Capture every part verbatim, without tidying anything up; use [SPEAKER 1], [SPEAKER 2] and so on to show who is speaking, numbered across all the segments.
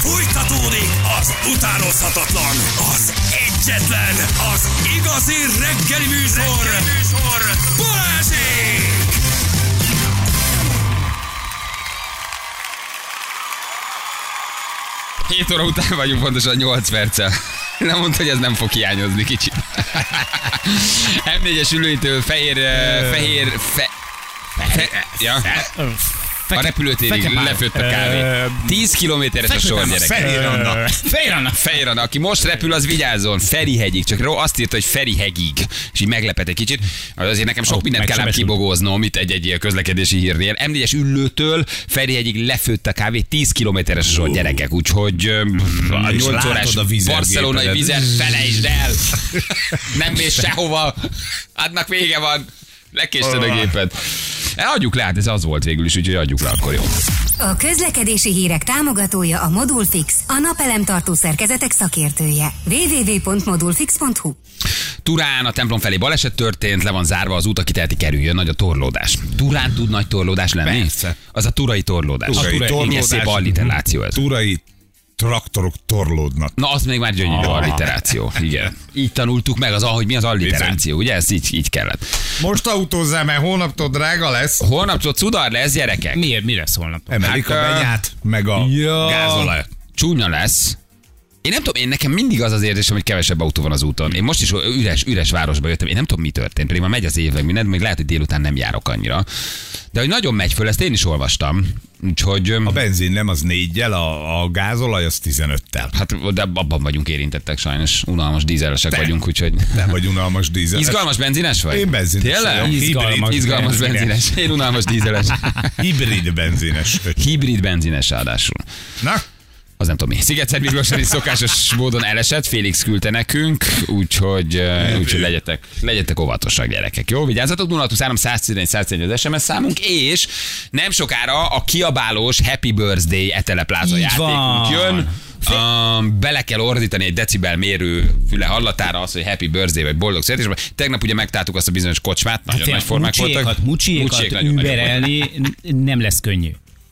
[SPEAKER 1] Fújtatódik az utánozhatatlan, az egyetlen, az igazi reggeli műsor, reggeli műsor Balázsék!
[SPEAKER 2] hét óra után vagyunk, pontosan nyolc perccel. Nem mondta, hogy ez nem fog hiányozni kicsit. em négyes ülőitől fehér, fehér, fe, fe, ja. A repülőtérig lefőtt a kávé. tíz kilométeres a sor, gyerek.
[SPEAKER 3] Fehér Anna.
[SPEAKER 2] Fehér Anna. Fehér Anna. Aki most repül, az vigyázzon. Ferihegyig. Csak azt írta, hogy Ferihegyig. És így meglepett egy kicsit. Azért nekem sok oh, mindent kellene kibogóznom itt egy-egy közlekedési hírnél. em négyes ülőtől Ferihegyig lefőtt a kávé. tíz kilométeres a sor, gyerekek. Úgyhogy a nyolc órás barcelonai vizet felejtsd el. Nem mész sehova. Adnak vége van. Lekésted a gépet. Adjuk le, hát ez az volt végül is, úgyhogy adjuk le, akkor jó.
[SPEAKER 4] A közlekedési hírek támogatója a Modulfix, a napelemtartó szerkezetek szakértője. double-u double-u double-u pont modulfix pont hu.
[SPEAKER 2] Turán a templom felé baleset történt, le van zárva az út, aki teheti, kerüljön, nagy a torlódás. Turán tud nagy torlódás lenni?
[SPEAKER 3] Persze.
[SPEAKER 2] Az a turai torlódás.
[SPEAKER 3] Turai
[SPEAKER 2] a
[SPEAKER 3] torlódás.
[SPEAKER 2] Szép alliteráció ez.
[SPEAKER 3] Turai traktorok torlódnak.
[SPEAKER 2] Na, az még már gyönyörű ah. alliteráció. Igen. Így tanultuk meg az, ahogy mi az alliteráció, ugye? Ez így, így kellett.
[SPEAKER 3] Most autózzál, mert hónaptól drága lesz.
[SPEAKER 2] Hónaptól cudar lesz, gyerekek.
[SPEAKER 5] Miért? Mi lesz holnaptól?
[SPEAKER 3] Emelik hát, a benyát, meg a ja. gázolajat.
[SPEAKER 2] Csúnya lesz. Én nem tudom, én nekem mindig az az érzésem, hogy kevesebb autó van az úton. Én most is üres, üres városba jöttem, én nem tudom, mi történt, pedig már megy az év, meg mindent, még lehet, hogy délután nem járok annyira. De hogy nagyon megy föl, ezt én is olvastam. Úgyhogy,
[SPEAKER 3] a benzin nem az négyel, a, a gázolaj az tizenöttel.
[SPEAKER 2] Hát de abban vagyunk érintettek sajnos. Unalmas dízelesek Te. vagyunk, úgyhogy...
[SPEAKER 3] Nem vagy unalmas dízeles.
[SPEAKER 2] Izgalmas benzines vagy?
[SPEAKER 3] Én benzines.
[SPEAKER 2] Tényleg? Izgalmas, izgalmas benzines. Én unalmas dízeles.
[SPEAKER 3] Hibrid benzines.
[SPEAKER 2] Hibrid benzines ráadásul.
[SPEAKER 3] Na?
[SPEAKER 2] Az nem tudom mi. Sziget Miklóson is szokásos módon elesett, Félix küldte nekünk, úgyhogy, úgyhogy legyetek, legyetek óvatosak, gyerekek. Jó, vigyázzatok, nulla hatvanhárom száz tizenegy száz tizenegy az es em es számunk, és nem sokára a kiabálós Happy Birthday Etelepláza játékunk jön. Um, bele kell ordítani egy decibel mérő füle hallatára az, hogy Happy Birthday vagy boldog születésnapot. Tegnap ugye megtáltuk azt a bizonyos kocsmát, nagyon hát nagy formák voltak.
[SPEAKER 5] Mucsiékat überelni nem lesz könnyű.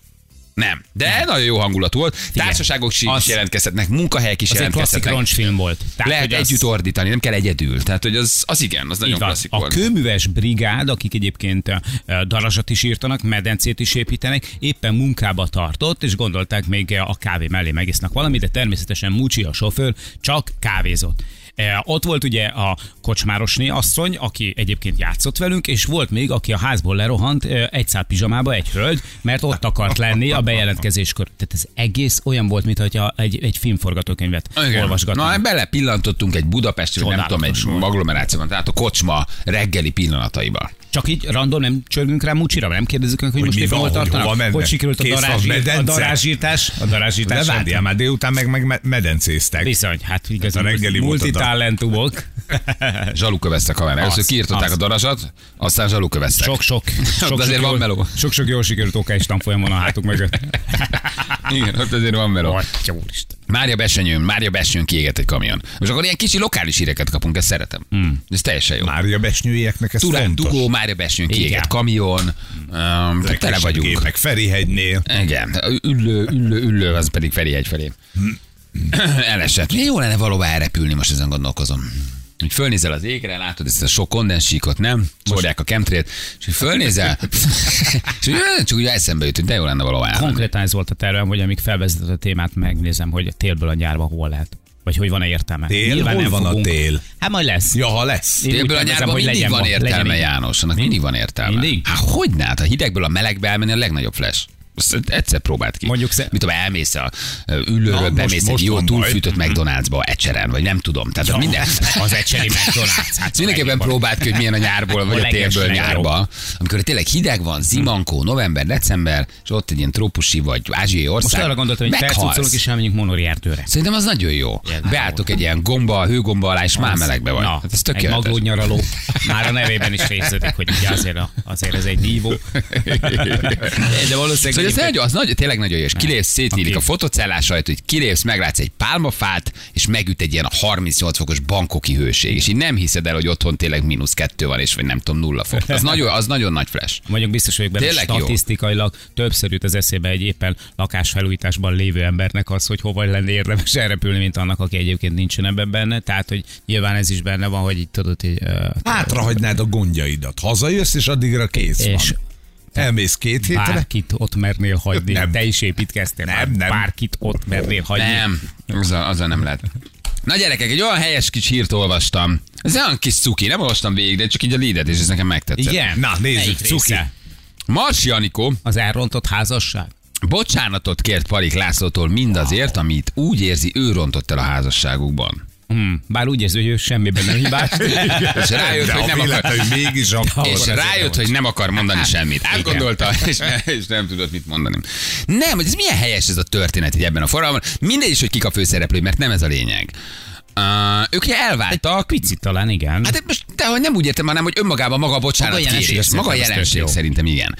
[SPEAKER 2] Nem, de nem. Nagyon jó hangulat volt. Figyelj, társaságok is az, jelentkezhetnek, munkahelyek is
[SPEAKER 5] az
[SPEAKER 2] jelentkezhetnek.
[SPEAKER 5] Az egy klasszik roncsfilm volt.
[SPEAKER 2] Tehát, lehet együtt az... ordítani, nem kell egyedül. Tehát, hogy az, az igen, az nagyon klasszik
[SPEAKER 5] a
[SPEAKER 2] volt.
[SPEAKER 5] A kőműves brigád, akik egyébként darazsat is írtanak, medencét is építenek, éppen munkába tartott, és gondolták, még a kávé mellé megisznak valamit, de természetesen Mucsi, a sofőr, csak kávézott. E, ott volt ugye a kocsmárosné asszony, aki egyébként játszott velünk, és volt még, aki a házból lerohant e, egy szál pizsamába, egy hölgy, mert ott akart lenni a bejelentkezéskor. Tehát ez egész olyan volt, mintha egy, egy filmforgatókönyvet olvasgatnánk.
[SPEAKER 2] Na, bele pillantottunk egy budapesti, nem tudom, egy agglomerációban, tehát a kocsma reggeli pillanataiba.
[SPEAKER 5] Csak így random nem csörgünk rá Mucsira, nem kérdezzük meg, hogy, hogy most éppen hol tartanak, hogy sikerült a darázsírtás. A darázsírtás. A darázsírtás.
[SPEAKER 3] Levárjál már, délután meg, meg medencéztek.
[SPEAKER 5] Bizony, hát igazán multitalentumok.
[SPEAKER 2] Zsalukövesztek a mellett. Először kiirtották a darazsat, aztán zsalukövesztek.
[SPEAKER 5] Sok-sok.
[SPEAKER 2] Sok, azért van meló.
[SPEAKER 5] Sok-sok jól sikerült okás tanfolyamon a hátuk mögött.
[SPEAKER 2] Igen, ott azért van meló. Mária Besenyőn, Mária Besnyőn kiégett egy kamion. És akkor ilyen kicsi lokális híreket kapunk, ezt szeretem. Hmm. Ez teljesen jó.
[SPEAKER 3] Mária Besnyőieknek ez
[SPEAKER 2] Turán,
[SPEAKER 3] fontos.
[SPEAKER 2] Dugó, Mária Besnyőn kiégett kamion. Um, tele vagyunk.
[SPEAKER 3] Gépek Ferihegynél.
[SPEAKER 2] Igen, üllő, üllő, üllő, az pedig Ferihegy felé. Hmm. Elesett. Jó lenne valóban elrepülni, most ezen gondolkozom. Hogy fölnézel az égre, látod ezt a sok kondensíkot, nem? Szórják a chemtrailt, és hogy fölnézel, és hogy csak úgy eszembe jut, hogy de jó lenne valahol elmenni.
[SPEAKER 5] Konkrétan ez volt a tervem, hogy amíg felvezetett a témát, megnézem, hogy a télből a nyárba hol lehet. Vagy hogy van-e értelme.
[SPEAKER 3] Tél? Nyilván hol van fogunk. A tél?
[SPEAKER 5] Hát majd lesz.
[SPEAKER 3] Ja, ha lesz.
[SPEAKER 2] Télből a nyárban mindig legyen, van értelme, legyen János. Annak mindig van értelme.
[SPEAKER 5] Mindig?
[SPEAKER 2] Hát hogyne? Hát a hidegből a melegbe elmenni a legnagyobb flash. Azt egyszer próbált ki.
[SPEAKER 5] Mondjuk szem...
[SPEAKER 2] Mit tudom, elmész a ülőről, bemész egy jó túlfűtött McDonald'sba Ecseren, vagy nem tudom. Tehát ja, minden...
[SPEAKER 5] Az ecseri McDonald's. Hát
[SPEAKER 2] mindenképpen próbált ki, hogy milyen a nyárból, vagy a télből nyárba. Amikor tényleg hideg van, zimankó, november, december, és ott egy ilyen trópusi vagy ázsiai ország.
[SPEAKER 5] Most arra gondoltam, hogy felcucolok és elmenjünk Monori erdőre.
[SPEAKER 2] Szerintem az nagyon jó. Beálltok egy ilyen gomba, hőgomba alá, és már melegbe vagy.
[SPEAKER 5] Na, ez egy maglód nyaraló. Már a nevében is részletek, hogy ugye azért, azért ez egy nívó. De valószínűleg
[SPEAKER 2] hogy ez nagyon, az nagy, tényleg nagyon jó, és kilépsz, szétnyílik
[SPEAKER 5] Aki-
[SPEAKER 2] a fotocellás ajtó, hogy kilépsz, meglátsz egy pálmafát, és megüt egy ilyen harmincnyolc fokos bankoki hőség, és így nem hiszed el, hogy otthon tényleg mínusz kettő van, és vagy nem tudom, nulla fok. Az nagyon, az nagyon nagy flash.
[SPEAKER 5] Mondjuk biztos vagyok benne,
[SPEAKER 2] Tényleg jó.
[SPEAKER 5] statisztikailag többször jut az eszébe egy éppen lakásfelújításban lévő embernek az, hogy hova lenne érdemes elrepülni, mint annak, aki egyébként nincsen ebben benne. Tehát, hogy nyilván ez is benne van, hogy így tudod, hogy... Uh,
[SPEAKER 3] Hátrahagynád a gondjaidat. Hazajössz, és addigra kész
[SPEAKER 5] és
[SPEAKER 3] van. Elmész két hétre.
[SPEAKER 5] bárkit ott mernél hagyni.
[SPEAKER 3] Nem.
[SPEAKER 5] Te is építkeztél.
[SPEAKER 3] Nem,
[SPEAKER 5] már.
[SPEAKER 3] nem.
[SPEAKER 5] Bárkit ott mernél hagyni.
[SPEAKER 2] Nem, azzal, azzal nem lehet. Na gyerekek, egy olyan helyes kis hírt olvastam. Ez olyan kis cuki, nem olvastam végig, de csak így a leadet, és ez nekem megtetszett.
[SPEAKER 5] Igen?
[SPEAKER 3] Na, nézzük,
[SPEAKER 5] Melyik
[SPEAKER 3] cuki.
[SPEAKER 5] része?
[SPEAKER 2] Mars Janikó
[SPEAKER 5] Az elrontott házasság?
[SPEAKER 2] bocsánatot kért Parik Lászlótól mindazért, amit úgy érzi, ő rontott el a házasságukban.
[SPEAKER 5] Hmm, bár úgy érzi, hogy ő semmiben nem hibás.
[SPEAKER 2] És rájött,
[SPEAKER 3] De
[SPEAKER 2] hogy
[SPEAKER 3] a
[SPEAKER 2] nem akar,
[SPEAKER 3] véletlenül mégis akkor.
[SPEAKER 2] és rájött, hogy nem akar mondani semmit. Átgondolta, és, ne, és nem tudott mit mondani. Nem, hogy ez milyen helyes ez a történet így ebben a forralban. Mindegy is, hogy kik a főszereplő, mert nem ez a lényeg. Uh, ők ugye elváltak.
[SPEAKER 5] Picit talán, igen.
[SPEAKER 2] Hát most, de hogy nem úgy értem, hanem hogy önmagában maga a bocsánat
[SPEAKER 5] Maga a jelenség,
[SPEAKER 2] kérés. Maga a
[SPEAKER 5] szerintem ez
[SPEAKER 2] jelenség
[SPEAKER 5] tök jó.
[SPEAKER 2] szerintem igen.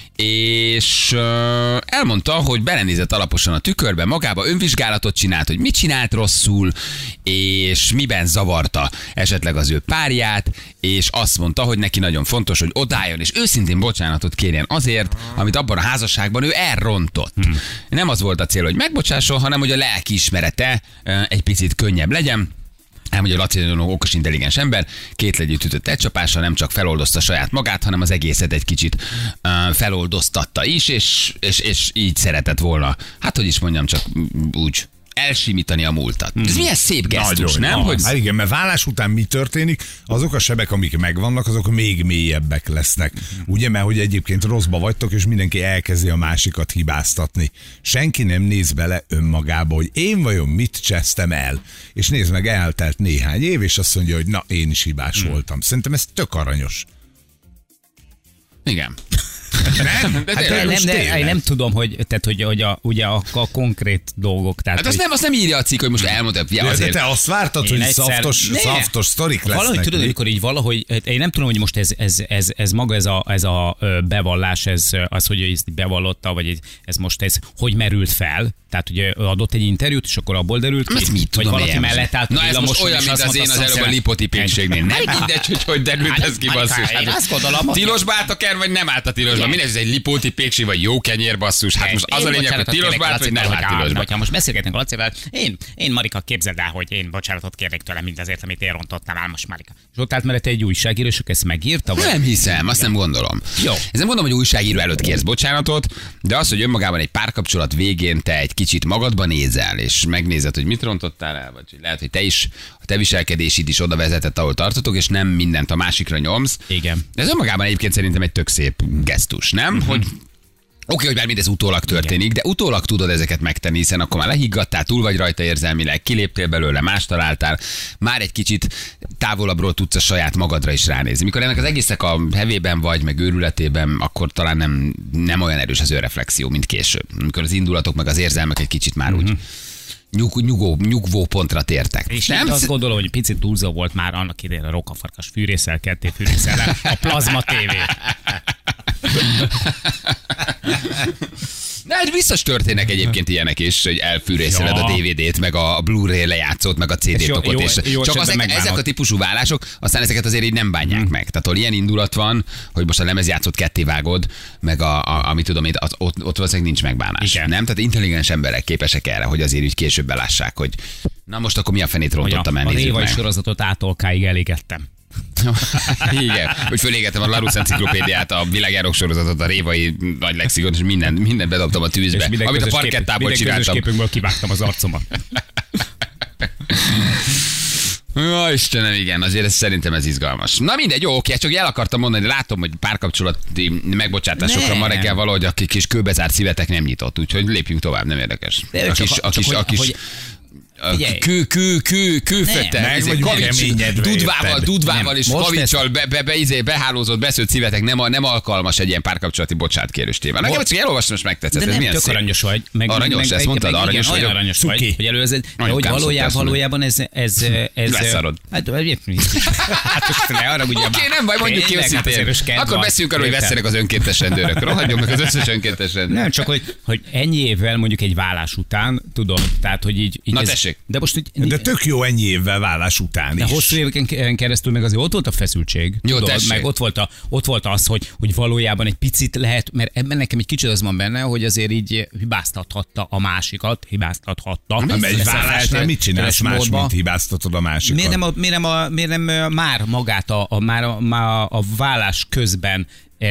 [SPEAKER 2] És uh, elmondta, hogy belenézett alaposan a tükörbe, magába önvizsgálatot csinált, hogy mit csinált rosszul, és miben zavarta esetleg az ő párját, és azt mondta, hogy neki nagyon fontos, hogy odálljon, és őszintén bocsánatot kérjen azért, amit abban a házasságban ő elrontott. Hmm. Nem az volt a cél, hogy megbocsásson, hanem hogy a lelkiismerete uh, egy picit könnyebb legyen. Elmondja, Laci nagyon okos, intelligens ember, két legyűt ütött egy csapással, nem csak feloldozta saját magát, hanem az egészet egy kicsit uh, feloldoztatta is, és, és, és így szeretett volna, hát hogy is mondjam, csak úgy elsimítani a múltat. Mm. Ez milyen szép gesztus,
[SPEAKER 3] Nagyon,
[SPEAKER 2] nem?
[SPEAKER 3] az.
[SPEAKER 2] Hogy...
[SPEAKER 3] Hát igen, mert vállás után mi történik, azok a sebek, amik megvannak, azok még mélyebbek lesznek. Ugye, mert hogy egyébként rosszba vagytok, és mindenki elkezdi a másikat hibáztatni. Senki nem néz bele önmagába, hogy én vajon mit csesztem el. És nézd meg, eltelt néhány év, és azt mondja, hogy na, én is hibás mm. voltam. Szerintem ez tök aranyos.
[SPEAKER 2] Igen.
[SPEAKER 3] Nem?
[SPEAKER 2] De
[SPEAKER 3] Hát
[SPEAKER 2] tényleg,
[SPEAKER 5] Nem,
[SPEAKER 3] most
[SPEAKER 5] de,
[SPEAKER 3] tényleg.
[SPEAKER 5] én nem tudom, hogy, tehát, hogy, hogy a, ugye a, a konkrét dolgok. Tehát,
[SPEAKER 2] Hát azt
[SPEAKER 5] hogy-
[SPEAKER 2] nem, azt nem írja a cikk, hogy most elmondta. Ja,
[SPEAKER 3] De
[SPEAKER 2] azért.
[SPEAKER 3] te azt vártad,
[SPEAKER 5] Én
[SPEAKER 3] hogy
[SPEAKER 5] egyszer-
[SPEAKER 3] szaftos,
[SPEAKER 5] Ne!
[SPEAKER 3] szaftos sztorik lesznek.
[SPEAKER 5] Valahogy tudod,
[SPEAKER 3] mi?
[SPEAKER 5] amikor így valahogy, én nem tudom, hogy most ez, ez, ez, ez maga ez a, ez a ö, bevallás, ez az, hogy ő ezt bevallotta, vagy ez, ez most ez hogy merült fel? Tehát ugye adott egy interjút, és akkor abból derült ki,
[SPEAKER 2] Ezt mit
[SPEAKER 5] hogy
[SPEAKER 2] tudom
[SPEAKER 5] valaki
[SPEAKER 2] én?
[SPEAKER 5] mellett állt.
[SPEAKER 2] Na ez most
[SPEAKER 5] villamoson,
[SPEAKER 2] olyan,
[SPEAKER 5] és
[SPEAKER 2] mint
[SPEAKER 5] azt
[SPEAKER 2] az én
[SPEAKER 5] mondta,
[SPEAKER 2] az előbb a
[SPEAKER 5] szem-
[SPEAKER 2] lipoti pékségnél. Nem
[SPEAKER 5] Hát,
[SPEAKER 2] mindegy, hogy hogy derült ez ki, basszus.
[SPEAKER 5] hát, én
[SPEAKER 2] Hát,
[SPEAKER 5] azt gondolom, hogy-
[SPEAKER 2] tilosba állt a ker, vagy nem állt a tilosba? Mindegy, ez egy lipóti pékség, vagy jó kenyér, basszus. Hát most az a
[SPEAKER 5] Én
[SPEAKER 2] lényeg, hogy
[SPEAKER 5] bocsánatot
[SPEAKER 2] tilosba
[SPEAKER 5] kérek
[SPEAKER 2] állt, vagy nem
[SPEAKER 5] Lacival,
[SPEAKER 2] állt
[SPEAKER 5] hogy
[SPEAKER 2] tilosba.
[SPEAKER 5] á, Ha most beszélgetünk a Lacival, én, én Marika, képzeld el, hogy én bocsánatot kérnék tőle mindazért, amit én rontottam el most, Marika. És ott állt mellette egy újságíró, és ezt megírta? Vagy?
[SPEAKER 2] Nem hiszem, azt nem gondolom.
[SPEAKER 5] Jó.
[SPEAKER 2] Ez nem gondolom, hogy újságíró előtt kérsz bocsánatot, de az, hogy önmagában egy párkapcsolat végén te egy kicsit magadba nézel, és megnézed, hogy mit rontottál el, vagy hogy lehet, hogy te is, a te viselkedésid is oda vezetett, ahol tartotok, és nem mindent a másikra nyomsz.
[SPEAKER 5] Igen.
[SPEAKER 2] De ez önmagában egyébként szerintem egy tök szép gesztus, nem? Uh-huh. Hogy oké, hogy bár mindez utólag történik, de utólag tudod ezeket megtenni, hiszen akkor már lehiggadtál, túl vagy rajta érzelmileg, kiléptél belőle, más találtál, már egy kicsit távolabbról tudsz a saját magadra is ránézni. Mikor ennek az egésznek a hevében vagy, meg őrületében, akkor talán nem, nem olyan erős az önreflexió, mint később. Amikor az indulatok, meg az érzelmek egy kicsit már úgy nyug, nyugó, nyugvó pontra tértek.
[SPEAKER 5] És
[SPEAKER 2] nem?
[SPEAKER 5] én azt gondolom, hogy picit túlzó volt már annak idején a rokafarkas fűrészel, ketté fűrészel, a plazma tévé.
[SPEAKER 2] De hát biztos történnek egyébként ilyenek is, hogy elfűrészeled
[SPEAKER 5] Ja.
[SPEAKER 2] a dé vé dét, meg a Blu-ray lejátszót, meg a cé
[SPEAKER 5] És jó-
[SPEAKER 2] dé-tokot,
[SPEAKER 5] jó-
[SPEAKER 2] és
[SPEAKER 5] jó
[SPEAKER 2] csak
[SPEAKER 5] esetben
[SPEAKER 2] azek,
[SPEAKER 5] megbánod.
[SPEAKER 2] ezek a típusú vállások, aztán ezeket azért így nem bánják hmm. meg. Tehát ahol ilyen indulat van, hogy most a lemezjátszót kettévágod, meg a, a, amit tudom, az, ott, ott valószínűleg nincs megbánás.
[SPEAKER 5] Igen.
[SPEAKER 2] Nem? Tehát intelligens emberek képesek erre, hogy azért úgy később belássák, hogy na most akkor mi a fenét
[SPEAKER 5] Hogy a,
[SPEAKER 2] rontottam el,
[SPEAKER 5] a
[SPEAKER 2] nézzük
[SPEAKER 5] révai
[SPEAKER 2] meg.
[SPEAKER 5] sorozatot átolkáig elégettem.
[SPEAKER 2] Igen, hogy fölégettem a Larusz enciklopédiát, a világjárok sorozatot, a révai nagy lexikon, és minden, mindent bedobtam a tűzbe,
[SPEAKER 5] minden
[SPEAKER 2] amit a
[SPEAKER 5] közös kép-
[SPEAKER 2] parkettából
[SPEAKER 5] minden közös
[SPEAKER 2] csináltam.
[SPEAKER 5] képünkből kivágtam az arcomat.
[SPEAKER 2] Ja, Istenem, igen, azért ez, szerintem ez izgalmas. Na mindegy, jó, oké, csak el akartam mondani, de látom, hogy párkapcsolati megbocsátásokra
[SPEAKER 5] Nem.
[SPEAKER 2] ma reggel valahogy a kis kőbezárt szívetek nem nyitott, úgyhogy lépjünk tovább, nem érdekes.
[SPEAKER 5] De
[SPEAKER 2] A
[SPEAKER 5] csak
[SPEAKER 2] kis,
[SPEAKER 5] a-
[SPEAKER 2] a
[SPEAKER 5] csak
[SPEAKER 2] kis,
[SPEAKER 5] hogy-
[SPEAKER 2] a kis
[SPEAKER 5] hogy-
[SPEAKER 2] kő, kő, kő, kőfettel, dudvával, dudvával és kavicsal be, be, be, izé, behálózott, beszőtt szívetek, nem, a, nem alkalmas egy ilyen párkapcsolati bocsánatkérős téma. Nekem csak elolvastam, és megtetszett.
[SPEAKER 5] De
[SPEAKER 2] ez
[SPEAKER 5] nem,
[SPEAKER 2] milyen
[SPEAKER 5] tök
[SPEAKER 2] szép.
[SPEAKER 5] Aranyos vagy. Meg,
[SPEAKER 2] aranyos,
[SPEAKER 5] meg,
[SPEAKER 2] ezt mondtad,
[SPEAKER 5] meg,
[SPEAKER 2] aranyos
[SPEAKER 5] igen,
[SPEAKER 2] vagyok.
[SPEAKER 5] aranyos vagy, hogy előzed, de hogy valójában, valójában ez... ez, ez
[SPEAKER 2] Leszarod.
[SPEAKER 5] Hát, hát ne arra ugye.
[SPEAKER 2] Oké, nem baj, mondjuk ki őszintén. Akkor beszéljünk arról, hogy vesztenek az önkéntes rendőrök. Rohadjon meg az összes önkéntes rendőrök.
[SPEAKER 5] Nem, csak hogy, hogy ennyi évvel mondjuk egy vállás után, tudom, tehát hogy így... így
[SPEAKER 2] Na
[SPEAKER 5] ez,
[SPEAKER 2] tessék.
[SPEAKER 5] De most így...
[SPEAKER 3] De tök jó ennyi évvel vállás után
[SPEAKER 5] De
[SPEAKER 3] is.
[SPEAKER 5] hosszú éveken keresztül meg azért ott volt a feszültség.
[SPEAKER 2] Jó,
[SPEAKER 5] tudod,
[SPEAKER 2] tessék.
[SPEAKER 5] meg ott volt, a, ott volt az, hogy, hogy valójában egy picit lehet, mert ebben nekem egy kicsit az van benne, hogy azért így hibáztathatta a másikat, hibáztathatta.
[SPEAKER 3] Nem, egy
[SPEAKER 5] Ezt a
[SPEAKER 3] vállásnál
[SPEAKER 5] feltételes
[SPEAKER 3] mit csinálsz más,
[SPEAKER 5] módba.
[SPEAKER 3] mint hibáztatod a másikat?
[SPEAKER 5] Miért nem, a, miért, nem a, miért nem már magát a, a, már a, már a vállás közben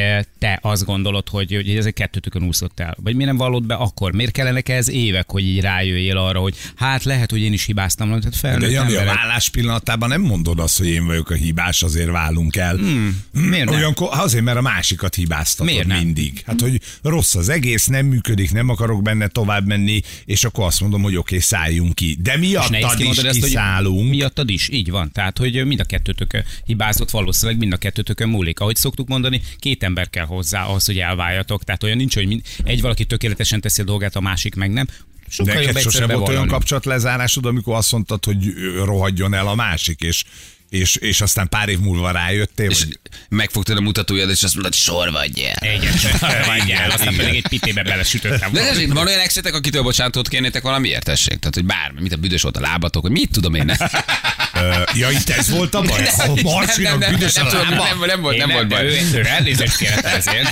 [SPEAKER 5] te azt gondolod, hogy, hogy ez egy kettőtökön úszott el? Vagy miért nem vallod be akkor? Miért kellene ez évek, hogy így rájöjjél arra, hogy hát lehet, hogy én is hibáztam. Tehát felnőtt
[SPEAKER 3] De Jani, a
[SPEAKER 5] emberek.
[SPEAKER 3] vállás pillanatában nem mondod azt, hogy én vagyok a hibás, azért válunk el.
[SPEAKER 5] Hmm. Miért nem?
[SPEAKER 3] Olyankor, azért, mert a másikat hibáztatod
[SPEAKER 5] Miért nem?
[SPEAKER 3] mindig. Hát, hogy rossz az egész, nem működik, nem akarok benne tovább menni, és akkor azt mondom, hogy oké, okay, szálljunk ki. De
[SPEAKER 5] És ne
[SPEAKER 3] miattad
[SPEAKER 5] is
[SPEAKER 3] is
[SPEAKER 5] kimondod ezt, hogy
[SPEAKER 3] kiszállunk.
[SPEAKER 5] miattad is, így van. Tehát, hogy mind a kettőtök hibázott, valószínűleg mind a kettőtökön múlik. Ahogy szoktuk mondani, két ember kell hozzá ahhoz, hogy elváljatok. Tehát olyan nincs, hogy mind, egy valaki tökéletesen teszi a dolgát, a másik meg nem. Sokkal jobb
[SPEAKER 3] Neked
[SPEAKER 5] egyszer
[SPEAKER 3] sosem volt olyan
[SPEAKER 5] bevallani.
[SPEAKER 3] kapcsolatlezárásod, amikor azt mondtad, hogy rohadjon el a másik, és, és, és aztán pár év múlva rájöttél,
[SPEAKER 2] És
[SPEAKER 3] hogy
[SPEAKER 2] megfogtad a mutatójad, és azt mondod, sor vagy el.
[SPEAKER 5] Egyet sem el, aztán
[SPEAKER 3] Igen.
[SPEAKER 5] pedig egy pitébe belesütöttem.
[SPEAKER 2] De tessék, van olyan exetek, akitől bocsánatot kérnétek valamiért, tessék? Tehát, hogy bármi, mint a büdös volt a lábatok, hogy mit tudom én.
[SPEAKER 3] Ö, ja, itt ez volt a baj? A
[SPEAKER 2] nem,
[SPEAKER 3] Marcinak
[SPEAKER 2] nem,
[SPEAKER 3] büdös a
[SPEAKER 2] nem, tudom,
[SPEAKER 3] lába?
[SPEAKER 2] nem, nem volt, nem volt baj.
[SPEAKER 5] Ő, ő elnézést kérhet ezért.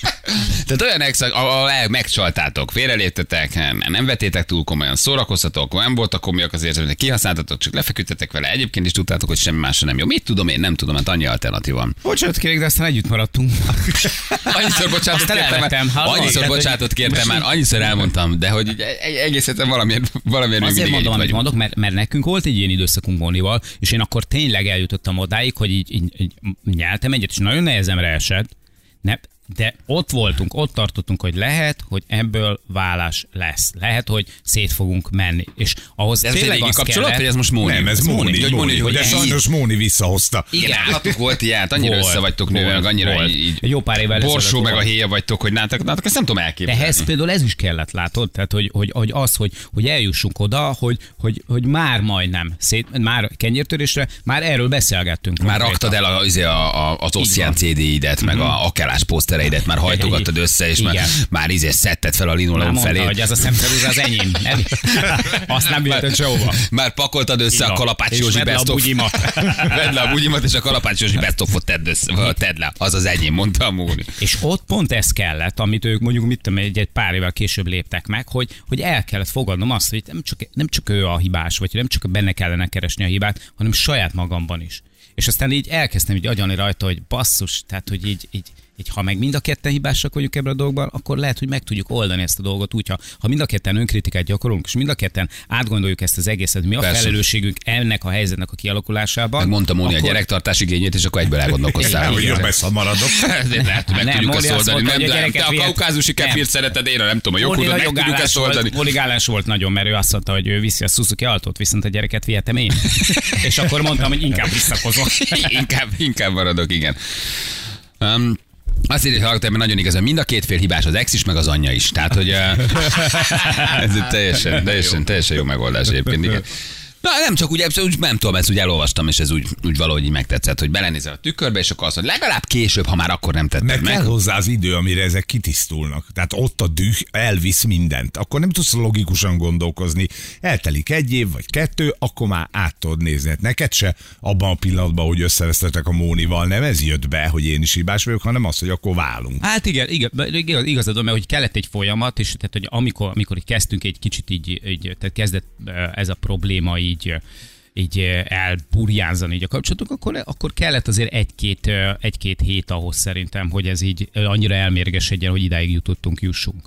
[SPEAKER 2] Tehát olyan ex, ahol el- megcsaltátok, félreléptetek, nem, nem vetétek túl komolyan, szórakoztatok, nem voltak komolyak az érzelmek, kihasználtatok, csak lefeküdtetek vele. Egyébként is tudtátok, hogy semmi másra nem jó. Mit tudom én, nem tudom, hát annyi alternatív van.
[SPEAKER 5] Bocsánat kérek, de aztán együtt maradtunk.
[SPEAKER 2] Annyiszor bocsánatot
[SPEAKER 5] Aztán
[SPEAKER 2] kértem
[SPEAKER 5] elvettem,
[SPEAKER 2] már,
[SPEAKER 5] hallod?
[SPEAKER 2] annyiszor
[SPEAKER 5] Tehát,
[SPEAKER 2] bocsánatot
[SPEAKER 5] hogy
[SPEAKER 2] kértem
[SPEAKER 5] most
[SPEAKER 2] már,
[SPEAKER 5] így-
[SPEAKER 2] annyiszor elmondtam, de hogy így egy- egész egyszerűen valamiért, valamiért még
[SPEAKER 5] Azért
[SPEAKER 2] mindig
[SPEAKER 5] mondom,
[SPEAKER 2] együtt
[SPEAKER 5] amit
[SPEAKER 2] vagyunk.
[SPEAKER 5] mondok, mert, mert nekünk volt egy ilyen időszakunk Mónival, és én akkor tényleg eljutottam odáig, hogy így, így, így nyeltem egyet, és nagyon nehezemre esett. Ne, de ott voltunk, ott tartottunk, hogy lehet, hogy ebből vállás lesz. Lehet, hogy szét fogunk menni. És ahhoz
[SPEAKER 2] Ez most egy
[SPEAKER 5] tényleg
[SPEAKER 2] régi
[SPEAKER 5] az
[SPEAKER 2] kapcsolat,
[SPEAKER 5] kellett,
[SPEAKER 2] vagy ez most Móni?
[SPEAKER 3] Nem, ez Móni,
[SPEAKER 2] Hogy
[SPEAKER 3] Móni,
[SPEAKER 2] hogy
[SPEAKER 3] de
[SPEAKER 2] így-
[SPEAKER 3] sajnos Móni visszahozta.
[SPEAKER 2] Igen,
[SPEAKER 5] Igen.
[SPEAKER 2] állatok volt ilyet, annyira
[SPEAKER 5] Volt,
[SPEAKER 2] össze vagytok nőve,
[SPEAKER 5] volt,
[SPEAKER 2] meg annyira
[SPEAKER 5] volt.
[SPEAKER 2] így, így
[SPEAKER 5] Jó pár évvel
[SPEAKER 2] borsó
[SPEAKER 5] ezelőtt
[SPEAKER 2] meg a
[SPEAKER 5] volt.
[SPEAKER 2] héja vagytok, hogy nátok, nátok ezt nem tudom
[SPEAKER 5] De
[SPEAKER 2] elképzelni.
[SPEAKER 5] ehhez például ez is kellett, látod? Tehát, hogy, hogy, hogy az, hogy, hogy eljussunk oda, hogy, hogy, hogy már majdnem szét, már kenyértörésre, már erről beszélgettünk.
[SPEAKER 2] Már
[SPEAKER 5] konkrétan.
[SPEAKER 2] raktad el a, azért a, a, az Ossian cé dé-idet, meg a akálás posztereidet, már hajtogattad össze, és már,
[SPEAKER 5] Igen.
[SPEAKER 2] már izé szedted fel a
[SPEAKER 5] Már
[SPEAKER 2] linoleum
[SPEAKER 5] mondta,
[SPEAKER 2] felé.
[SPEAKER 5] hogy az a szemszerúza az enyém. Nem? Azt nem vihetett sehova.
[SPEAKER 2] Már pakoltad össze a
[SPEAKER 5] Igen.
[SPEAKER 2] Kalapács
[SPEAKER 5] És
[SPEAKER 2] Józsi
[SPEAKER 5] vedd le a
[SPEAKER 2] best of.
[SPEAKER 5] bugyimat.
[SPEAKER 2] Vedd le a bugyimat, és a Kalapács Józsi best of-ot tedd, össze, tedd le. Az az enyém, mondta a Móni.
[SPEAKER 5] És ott pont ez kellett, amit ők mondjuk mit tudom, egy, egy pár évvel később léptek meg, hogy, hogy el kellett fogadnom azt, hogy nem csak, nem csak ő a hibás, vagy nem csak benne kellene keresni a hibát, hanem saját magamban is. És aztán így elkezdtem így agyalni rajta, hogy basszus, tehát hogy így, így így ha meg mind a ketten hibásak vagyunk ebben a dolgban, akkor lehet, hogy meg tudjuk oldani ezt a dolgot úgy, ha, ha mind a ketten önkritikát gyakorolunk, és mind a ketten átgondoljuk ezt az egészet, mi a
[SPEAKER 2] Persze.
[SPEAKER 5] felelősségünk ennek a helyzetnek a kialakulásában.
[SPEAKER 2] Meg mondta Móni a
[SPEAKER 5] akkor-
[SPEAKER 2] gyerektartás igényét, és akkor egyből elgondolkoztál.
[SPEAKER 3] Hogy
[SPEAKER 5] Igen.
[SPEAKER 3] jobb ezt, ha maradok.
[SPEAKER 2] Ezért lehet, hogy meg
[SPEAKER 5] Nem,
[SPEAKER 2] tudjuk
[SPEAKER 5] Móni
[SPEAKER 2] ezt
[SPEAKER 5] azt
[SPEAKER 2] oldani.
[SPEAKER 5] mondta,
[SPEAKER 2] Nem,
[SPEAKER 5] hogy a
[SPEAKER 2] de
[SPEAKER 5] gyereket
[SPEAKER 2] te a
[SPEAKER 5] vihet-
[SPEAKER 2] kaukázusi
[SPEAKER 5] Nem.
[SPEAKER 2] kefirt szereted, én nem tudom, a
[SPEAKER 5] Móni
[SPEAKER 2] joghurtot meg tudjuk
[SPEAKER 5] jogállas
[SPEAKER 2] ezt
[SPEAKER 5] volt,
[SPEAKER 2] oldani.
[SPEAKER 5] Móni gálás volt nagyon, mert ő azt mondta, hogy ő viszi a Suzuki Altót, viszont a gyereket vihetem én. És akkor mondtam, hogy inkább visszakozom.
[SPEAKER 2] inkább, inkább maradok, igen. Um, azt írja, hogy hallgatom, mert nagyon igaz, hogy mind a két fél hibás, az ex is, meg az anyja is. Tehát, hogy uh, ez egy teljesen, teljesen, teljesen jó megoldás egyébként, igen. Na, nem csak úgy, úgy, nem tudom, ezt úgy elolvastam, és ez úgy, úgy valahogy így megtetszett, hogy belenézel a tükörbe, és akkor azt mondod, legalább később, ha már akkor nem tetted
[SPEAKER 3] Meg
[SPEAKER 2] meg.
[SPEAKER 3] kell hozzá az idő, amire ezek kitisztulnak. Tehát ott a düh elvisz mindent. Akkor nem tudsz logikusan gondolkozni. Eltelik egy év vagy kettő, akkor már át tudod nézni. Hát neked se abban a pillanatban, hogy összevesztetek a Mónival, nem ez jött be, hogy én is hibás vagyok, hanem az, hogy akkor válunk.
[SPEAKER 5] Hát igen, igen, igaz, igazad van, mert hogy kellett egy folyamat, és tehát, hogy amikor, amikor így kezdtünk egy kicsit így, így tehát kezdett ez a probléma így így elburjánzani így a kapcsolatok, akkor, akkor kellett azért egy-két, egy-két hét ahhoz szerintem, hogy ez így annyira elmérgesedjen, hogy idáig jutottunk, jussunk.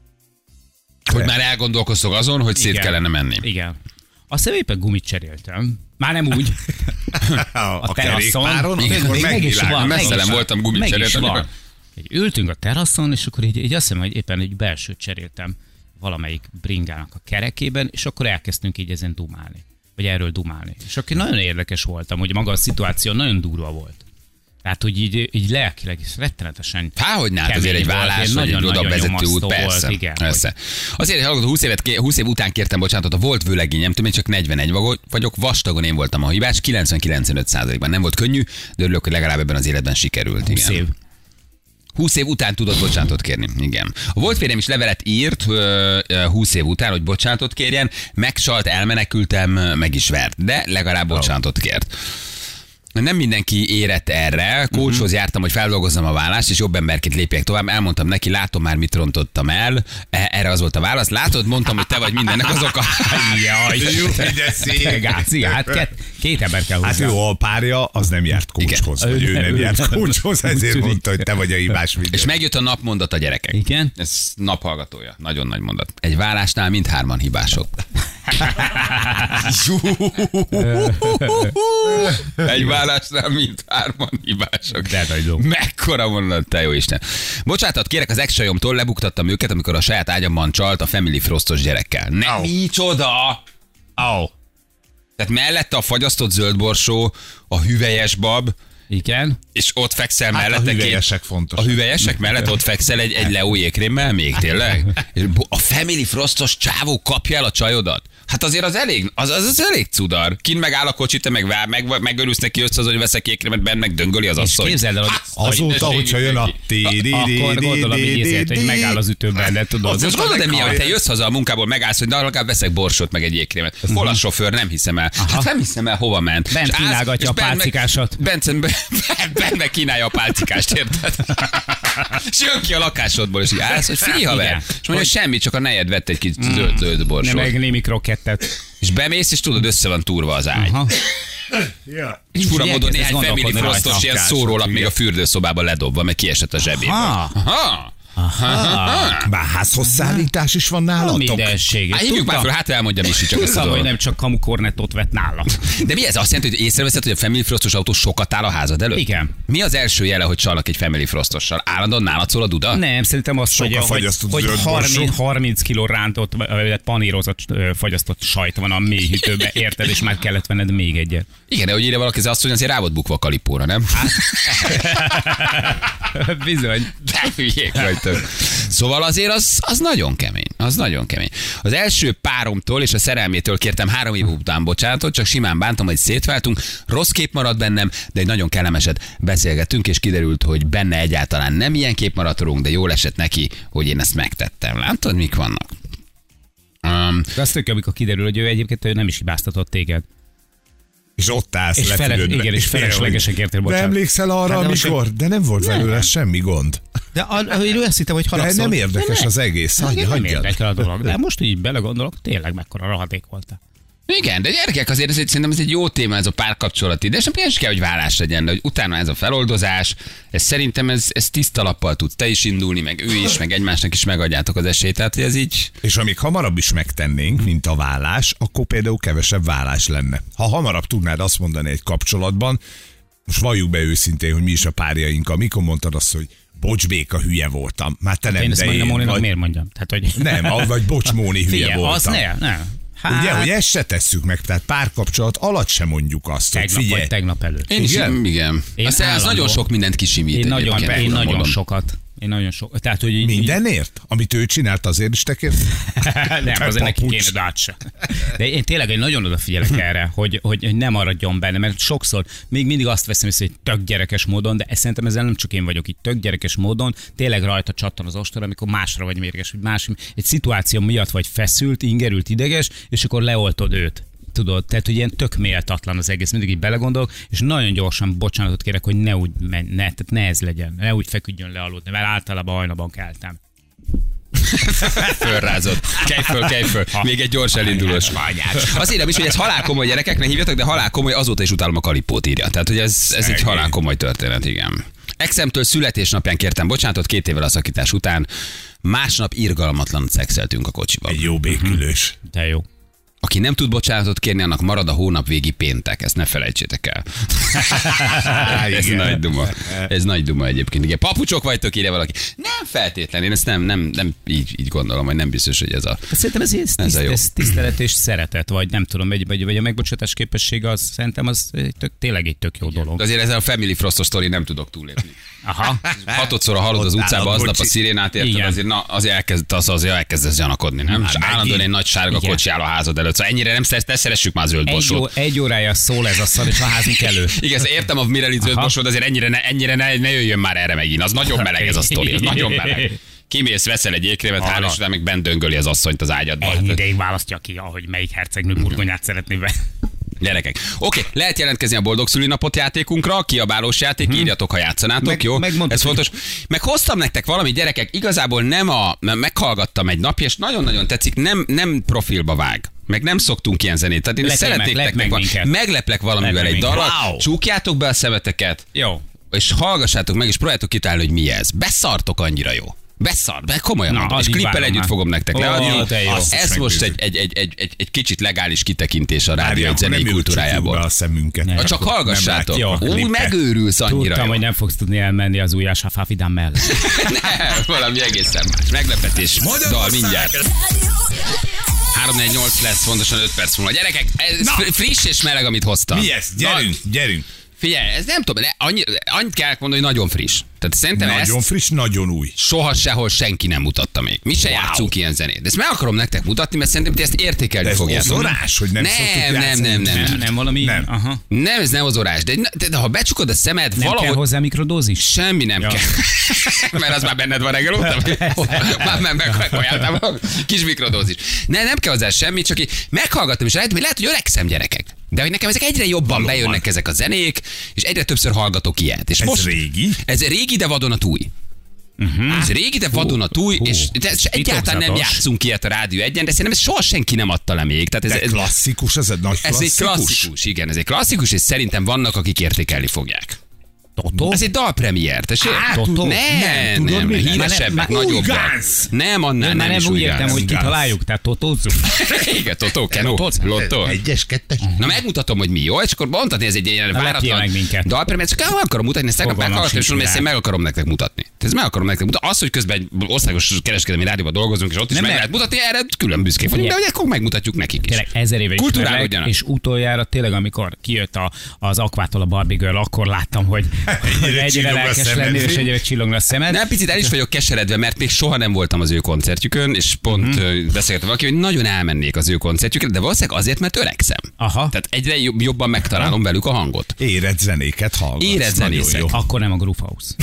[SPEAKER 2] Hogy már elgondolkoztok azon, hogy szét
[SPEAKER 5] Igen.
[SPEAKER 2] kellene menni.
[SPEAKER 5] Igen. Aztán éppen gumit cseréltem. Már nem úgy.
[SPEAKER 3] A,
[SPEAKER 5] A teraszon.
[SPEAKER 3] kerékpáron,
[SPEAKER 5] Igen,
[SPEAKER 3] akkor
[SPEAKER 5] még meg is
[SPEAKER 3] megvilágít.
[SPEAKER 5] van, meg
[SPEAKER 2] Messze
[SPEAKER 5] is
[SPEAKER 2] nem
[SPEAKER 5] van.
[SPEAKER 2] voltam gumit
[SPEAKER 5] Meg is
[SPEAKER 2] cseréltem,
[SPEAKER 5] van.
[SPEAKER 2] amikor-
[SPEAKER 5] Így ültünk a teraszon, és akkor így, így azt hiszem, hogy éppen egy belsőt cseréltem valamelyik bringának a kerekében, és akkor elkezdtünk így ezen dumálni. Vagy erről dumálni. És akkor nagyon érdekes voltam, hogy maga a szituáció nagyon durva volt. Tehát, hogy így, így lelkileg is rettenetesen.
[SPEAKER 2] Háhogy hát azért egy vállás, vagy egy oda vezető út, persze.
[SPEAKER 5] Volt, igen,
[SPEAKER 2] persze. Azért, hogy húsz, évet, húsz év után kértem bocsánatot, a volt vőlegényem, én csak negyvenegy vagyok, vastagon én voltam a hibás, kilencven-kilencvenöt százalékban nem volt könnyű, de örülök, hogy legalább ebben az életben sikerült.
[SPEAKER 5] húsz év.
[SPEAKER 2] húsz év után tudott bocsánatot kérni, igen. A volt férjem is levelet írt húsz év után, hogy bocsánatot kérjen, megsalt, elmenekültem, meg is vert, de legalább bocsánatot kért. Nem mindenki érett erre. Coachhoz uh-huh. jártam, hogy feldolgozzam a vállást, és jobb emberként lépjek tovább. Elmondtam neki, látom már, mit rontottam el. Erre az volt a válasz. Látod, mondtam, hogy te vagy mindennek az oka.
[SPEAKER 5] Jaj, jó, de szép. Hát két, két ember kell hozzá.
[SPEAKER 3] Hát jó, a párja az nem járt coachhoz, vagy ő nem járt coachhoz, ezért mondta, hogy te vagy a hibás minden.
[SPEAKER 2] És megjött a napmondat a gyerekek.
[SPEAKER 5] Igen?
[SPEAKER 2] Ez naphallgatója. Nagyon nagy mondat. Egy vállásnál mindhárman hibások. Egy vállásnál mindhárman hibások.
[SPEAKER 5] De nagyon.
[SPEAKER 2] Mekkora mondat, te jó Isten. Bocsánatot kérek az ex-sajomtól, lebuktattam őket, amikor a saját ágyamban csalt a Family Frostos gyerekkel. Ne, oh. Micsoda!
[SPEAKER 5] Oh.
[SPEAKER 2] Tehát mellette a fagyasztott zöldborsó, a hüvelyes bab,
[SPEAKER 5] igen.
[SPEAKER 2] És ott fekszel
[SPEAKER 3] hát
[SPEAKER 2] mellette.
[SPEAKER 3] A hüvelyesek
[SPEAKER 2] két...
[SPEAKER 3] fontos.
[SPEAKER 2] A hüvelyesek mellett ott fekszel egy, egy Leo jégkrémmel még, tényleg? És a Family Frostos csávó kapja el a csajodat? Hát azért az elég, az, az, az elég cudar. Kint megáll a kocsi, te meg, meg, megörülsz neki össze, hogy veszek jégkrémet, benne meg döngöli az asszony.
[SPEAKER 5] Képzeld el, hogy
[SPEAKER 3] azóta, hogyha jön a...
[SPEAKER 5] Akkor gondolom, hogy megáll az ütőben, de tudod.
[SPEAKER 2] Most gondolod, de mi, hogy te jössz haza a munkából, megállsz, hogy na, legalább veszek borsot, meg egy jégkrémet. Hol a sofőr? Nem hiszem el. Hát nem hiszem el, hova ment.
[SPEAKER 5] Bent kínálgatja a pálcikásat.
[SPEAKER 2] Bent kínálja a pálcikást, érted? És jön ki a lakásodból, és így állsz, hogy figyelj, haver. És mondja, hogy semmi, csak a nejed vett egy kis zöld, zöld borsot.
[SPEAKER 5] Nem, meg némi krokettet.
[SPEAKER 2] És bemész, és tudod, össze van túrva az ágy. Aha. Ja. És fura módon néhány Family Frostos ilyen szórólap még a fürdőszobában ledobva, meg kiesett a zsebéből. Aha. Aha.
[SPEAKER 3] Aha. Már házhoz szállítás is van nálatok?
[SPEAKER 5] Mindenséget.
[SPEAKER 2] Hát hívjuk már fel, hát elmondjam is, csak ezt
[SPEAKER 5] tudom, hogy nem csak kamukornettot vett nála.
[SPEAKER 2] De mi ez? Azt jelenti, hogy észreveszed, hogy a Family Frostos autó sokat áll a házad előtt?
[SPEAKER 5] Igen.
[SPEAKER 2] Mi az első jele, hogy csalnak egy Family Frostossal? Állandóan nálad szól a duda?
[SPEAKER 5] Nem, szerintem az, hogy, hogy, hogy harminc, harminc kiló rántott, panírozott, fagyasztott sajt van a mély hűtőben, érted, és már kellett venned még egyet.
[SPEAKER 2] Igen, de hogy írja valaki, azt, hogy azért rá volt bukva a kalipóra, nem?
[SPEAKER 5] Hát, bizony.
[SPEAKER 2] De hülyék vagytok. Szóval azért az, az nagyon kemény. Az nagyon kemény. Az első páromtól és a szerelmétől kértem három év után bocsánatot, csak simán bántam, hogy szétváltunk. Rossz kép maradt bennem, de egy nagyon kellemeset beszélgettünk, és kiderült, hogy benne egyáltalán nem ilyen kép maradt rólunk, de jól esett neki, hogy én ezt megtettem. Látod, mik vannak? Um,
[SPEAKER 5] de azt tök, amikor kiderül, hogy ő egyébként ő nem is hibáztatott téged.
[SPEAKER 3] És ott állsz
[SPEAKER 5] és feles, igen, és feleslegesen kértél bocsánat.
[SPEAKER 3] De emlékszel arra, hát, amikor? De nem volt belőle semmi gond.
[SPEAKER 5] De a, ő azt hittem, hogy haragszol.
[SPEAKER 3] De nem érdekes nem, az egész.
[SPEAKER 5] Hagyja, nem érdekel a dolog. De most így belegondolok, tényleg mekkora rohadék voltál.
[SPEAKER 2] Igen, de gyerekek, azért ez egy, szerintem ez egy jó téma, ez a párkapcsolati, de sem is kell, hogy vállás legyen, de hogy utána ez a feloldozás, ez szerintem ez, ez tiszta lappal tudsz te is indulni, meg ő is, meg egymásnak is megadjátok az esélyt, tehát ez így...
[SPEAKER 3] És amíg hamarabb is megtennénk, mint a vállás, akkor például kevesebb vállás lenne. Ha hamarabb tudnád azt mondani egy kapcsolatban, most valljuk be őszintén, hogy mi is a párjaink, amikor mondtad azt, hogy bocs, béka, hülye voltam. Már te nem,
[SPEAKER 5] én ezt mondjam,
[SPEAKER 3] én
[SPEAKER 5] vagy... miért mondjam? Tehát, hogy...
[SPEAKER 3] Nem, vagy bocs, Móni, hülye
[SPEAKER 5] Figyelj,
[SPEAKER 3] voltam.
[SPEAKER 5] Az ne, nem.
[SPEAKER 3] Hát... Ugye, hogy ezt se tesszük meg, tehát párkapcsolat alatt sem mondjuk azt,
[SPEAKER 5] tegnap
[SPEAKER 3] hogy figyelj.
[SPEAKER 5] Vagy tegnap előtt.
[SPEAKER 2] Én is, igen. igen. Én az, az nagyon sok mindent kisimít.
[SPEAKER 5] Én nagyon,
[SPEAKER 2] én
[SPEAKER 5] én nagyon sokat. Én nagyon sok. Tehát, hogy így,
[SPEAKER 3] mindenért? Amit ő csinált, azért is te kérsz?
[SPEAKER 5] Nem, azért neki kéne, de át se. De én tényleg én nagyon odafigyelek erre, hogy, hogy nem maradjon benne, mert sokszor még mindig azt veszem észre, hogy tök gyerekes módon, de szerintem ezzel nem csak én vagyok itt, tök gyerekes módon, tényleg rajta csattan az ostor, amikor másra vagy mérges, hogy más, egy szituáció miatt vagy feszült, ingerült, ideges, és akkor leoltod őt. Tudod, tehát hogy ilyen tök méltatlan az egész, mindig így belegondolok, és nagyon gyorsan bocsánatot kérek, hogy ne úgy menj, ne, tehát ne ez legyen, ne úgy feküdjön le aludni, mert általában hajnalban keltem.
[SPEAKER 2] Fölrázott. Kelj föl, kelj föl. Még egy gyors elindulós. Azt írtam is, hogy ez halálkomoly, gyerekek, ne hívjatok, de halálkomoly, azóta is utálom a kalipót, írja. Tehát, hogy ez, ez egy halálkomoly történet, igen. Exemtől születésnapján kértem bocsánatot, két évvel a szakítás után. Másnap irgalmatlan szexeltünk a kocsiban.
[SPEAKER 3] Egy jó békülős.
[SPEAKER 5] De jó.
[SPEAKER 2] Aki nem tud bocsánatot kérni, annak marad a hónap végi péntek. Ezt ne felejtsétek el. Ez nagy duma. Ez nagy duma egyébként. Igen, papucsok vagytok, írja valaki. Nem feltétlenül, én ezt nem, nem, nem így, így gondolom, hogy nem biztos, hogy ez a
[SPEAKER 5] Szerintem ez, ez,
[SPEAKER 2] ez a jó.
[SPEAKER 5] ez tisztelet és szeretet, vagy nem tudom, vagy, vagy, vagy a megbocsátás képessége, az szerintem az tök, tényleg egy tök jó dolog.
[SPEAKER 2] De azért ezzel a Family Frostos sztori nem tudok túlélni.
[SPEAKER 5] Aha.
[SPEAKER 2] Hatodszor hallod az utcába aznap a szirénát, érted,
[SPEAKER 5] Igen.
[SPEAKER 2] azért, na, azért elkezd, az, azért elkezdesz gyanakodni, nem? És állandóan egy nagy sárga
[SPEAKER 5] Igen.
[SPEAKER 2] kocsi áll a házad előtt, szóval ennyire nem szeress, ne szeressük már a zöld
[SPEAKER 5] Egy, ó,
[SPEAKER 2] borsót.
[SPEAKER 5] egy órája szól ez a szar, és a házunk elő.
[SPEAKER 2] Igen, értem a Mireli zöld borsót, azért ennyire, ne, ennyire ne, ne jöjjön már erre megint. Az nagyon meleg ez a sztori, az nagyon meleg. Kimész, veszel egy ékrémet, három, és utána még bent döngöli az asszonyt az ágyadba.
[SPEAKER 5] Ennyi ideig választja ki, ahogy melyik hercegnő burgonyát szeretné be.
[SPEAKER 2] Gyerekek. Oké, okay, lehet jelentkezni a boldog szülinapot játékunkra, kiabálós játék, hmm. írjatok, ha játszanátok,
[SPEAKER 5] Meg-
[SPEAKER 2] jó?
[SPEAKER 5] megmondtuk,
[SPEAKER 2] Ez fontos. Meg hoztam nektek valami, gyerekek, igazából nem a, meghallgattam egy napja, és nagyon-nagyon tetszik, nem, nem profilba vág. Meg nem szoktunk ilyen zenét. Tehát én
[SPEAKER 5] Lepj meg,
[SPEAKER 2] szeretnétek
[SPEAKER 5] lepj
[SPEAKER 2] meg,
[SPEAKER 5] meg
[SPEAKER 2] meg
[SPEAKER 5] minket.
[SPEAKER 2] megleplek valamivel
[SPEAKER 5] Lepj
[SPEAKER 2] egy
[SPEAKER 5] meg
[SPEAKER 2] dalat,
[SPEAKER 5] minket. Wow.
[SPEAKER 2] csukjátok be a szemeteket,
[SPEAKER 5] Jó.
[SPEAKER 2] és hallgassátok meg, és próbáljátok kitálni, hogy mi ez. Beszartok annyira jó. Beszart, be komolyan
[SPEAKER 5] Na,
[SPEAKER 2] mondom, és
[SPEAKER 5] addig
[SPEAKER 2] klippel
[SPEAKER 5] várom
[SPEAKER 2] együtt
[SPEAKER 5] már.
[SPEAKER 2] fogom nektek
[SPEAKER 5] Ó,
[SPEAKER 2] leadni.
[SPEAKER 5] de jó.
[SPEAKER 2] Ez
[SPEAKER 3] Azt is
[SPEAKER 2] most egy,
[SPEAKER 3] megnézzük.
[SPEAKER 2] egy, egy, egy, egy, egy kicsit legális kitekintés a rádió
[SPEAKER 3] Várjál,
[SPEAKER 2] egy
[SPEAKER 3] akkor
[SPEAKER 2] zenei
[SPEAKER 3] nem őt csukjuk
[SPEAKER 2] kultúrájából.
[SPEAKER 3] be a szemünket.
[SPEAKER 2] Ha csak hallgassátok.
[SPEAKER 3] Nem látjuk a
[SPEAKER 2] Úgy
[SPEAKER 3] klippet.
[SPEAKER 2] megőrülsz annyira
[SPEAKER 5] Tudtam,
[SPEAKER 2] jó.
[SPEAKER 5] hogy nem fogsz tudni elmenni az új Asaf Vidám mellett.
[SPEAKER 2] Nem, valami egészen más. Meglepetés. Dal mindjárt. három négy nyolc lesz, pontosan öt perc múlva. Gyerekek, ez
[SPEAKER 3] Na!
[SPEAKER 2] friss és meleg, amit hoztam.
[SPEAKER 3] Mi ez? Gyerünk, gyerünk.
[SPEAKER 2] Figyelj, ez nem tudom, de annyi, annyit kell mondani, hogy nagyon friss. Tehát szerintem
[SPEAKER 3] Nagyon
[SPEAKER 2] ezt
[SPEAKER 3] friss, nagyon új.
[SPEAKER 2] soha sehol senki nem mutatta még. Mi se
[SPEAKER 3] Wow.
[SPEAKER 2] játszunk ilyen zenét. De ezt meg akarom nektek mutatni, mert szerintem ti ezt értékelni
[SPEAKER 3] De ez
[SPEAKER 2] fogjátok.
[SPEAKER 3] ozorás, hogy nem szoktuk
[SPEAKER 2] nem, nem,
[SPEAKER 3] játszani?
[SPEAKER 2] nem, nem,
[SPEAKER 5] Nem,
[SPEAKER 2] nem.
[SPEAKER 5] nem valami...
[SPEAKER 3] Nem.
[SPEAKER 5] Aha.
[SPEAKER 2] Nem, ez nem ozorás. De, de, de ha becsukod a szemed,
[SPEAKER 5] Nem
[SPEAKER 2] valahogy...
[SPEAKER 5] kell hozzá mikrodózis?
[SPEAKER 2] Semmi nem
[SPEAKER 5] Ja.
[SPEAKER 2] kell. Mert az már benned van reggel óta. Már nem megkajáltam a kis mikrodózis. Ne, nem kell hozzá semmi, csak így meghallgattam, és rájöttem, hogy lehet, hogy öregszem, gyerekek. De hogy nekem ezek egyre jobban
[SPEAKER 3] Valóban.
[SPEAKER 2] bejönnek ezek a zenék, és egyre többször hallgatok ilyet. És
[SPEAKER 3] Ez
[SPEAKER 2] most,
[SPEAKER 3] régi?
[SPEAKER 2] Ez régi, de vadonatúj. Uh-huh. Ez régi, de vadonatúj,
[SPEAKER 5] hú,
[SPEAKER 2] és de ez egyáltalán nem
[SPEAKER 5] titokzatos.
[SPEAKER 2] játszunk ilyet a Rádió egyen, de szerintem ezt soha senki nem adta le még. Tehát ez,
[SPEAKER 3] De
[SPEAKER 2] ez,
[SPEAKER 3] klasszikus, ez egy nagy
[SPEAKER 2] ez egy
[SPEAKER 3] klasszikus.
[SPEAKER 2] klasszikus, igen, ez egy klasszikus, és szerintem vannak, akik értékelni fogják.
[SPEAKER 5] Totó?
[SPEAKER 2] Ez egy dalpremiér, tessék?
[SPEAKER 5] Á, Totó?
[SPEAKER 2] Nem,
[SPEAKER 3] Nem,
[SPEAKER 2] nem,
[SPEAKER 3] tudod, mi?
[SPEAKER 2] híresebbek,
[SPEAKER 5] Már nem-
[SPEAKER 2] nagyobbak.
[SPEAKER 3] Ugánsz!
[SPEAKER 2] Nem, annál
[SPEAKER 5] Nem,
[SPEAKER 2] nem,
[SPEAKER 5] már nem
[SPEAKER 2] is
[SPEAKER 5] úgy
[SPEAKER 2] ugánsz.
[SPEAKER 5] értem, hogy
[SPEAKER 3] Ugánsz.
[SPEAKER 5] kitaláljuk, tehát totózzuk.
[SPEAKER 2] Igen, Totó, Kenó, Lotto.
[SPEAKER 3] Egyes, kettes.
[SPEAKER 2] Na megmutatom, hogy mi jó, és akkor mondhatni, ez egy ilyen
[SPEAKER 5] lepjél
[SPEAKER 2] váratlan
[SPEAKER 5] meg minket.
[SPEAKER 2] dalpremiér, csak el akarom mutatni, ezt tegnap
[SPEAKER 5] Fogalmam
[SPEAKER 2] meghallgattam, és
[SPEAKER 5] sincs
[SPEAKER 2] mondom, ezt én
[SPEAKER 5] rá.
[SPEAKER 2] meg akarom nektek mutatni. Ez meg akarom nektek mutatni. Az, hogy közben egy országos kereskedelmi rádióban dolgozunk, és ott is
[SPEAKER 5] Nem,
[SPEAKER 2] meg
[SPEAKER 5] nem.
[SPEAKER 2] lehet mutatni, erre külön büszkék vagyunk, de
[SPEAKER 5] Ugye.
[SPEAKER 2] hogy akkor megmutatjuk nekik is.
[SPEAKER 5] Tényleg ezer éve ismerlek,
[SPEAKER 2] Kulturálódjanak.
[SPEAKER 5] és utoljára tényleg, amikor kijött a, az Aquától a Barbie Girl, akkor láttam, hogy, hogy ennyire
[SPEAKER 3] csillog a
[SPEAKER 5] lelkes
[SPEAKER 3] szemed.
[SPEAKER 5] lenni, és egyre csillogna a szemed.
[SPEAKER 2] Nem, picit el is vagyok keseredve, mert még soha nem voltam az ő koncertjükön, és pont mm-hmm. beszéltem valaki, hogy nagyon elmennék az ő koncertjükre, de valószínűleg azért, mert öregszem.
[SPEAKER 5] Aha.
[SPEAKER 2] Tehát egyre jobb- jobban megtalálom velük a hangot.
[SPEAKER 3] Érett zenéket hallgatsz.
[SPEAKER 2] Érett
[SPEAKER 3] Nagyon
[SPEAKER 2] zenészek.
[SPEAKER 3] jó.
[SPEAKER 5] Akkor nem a Groove House.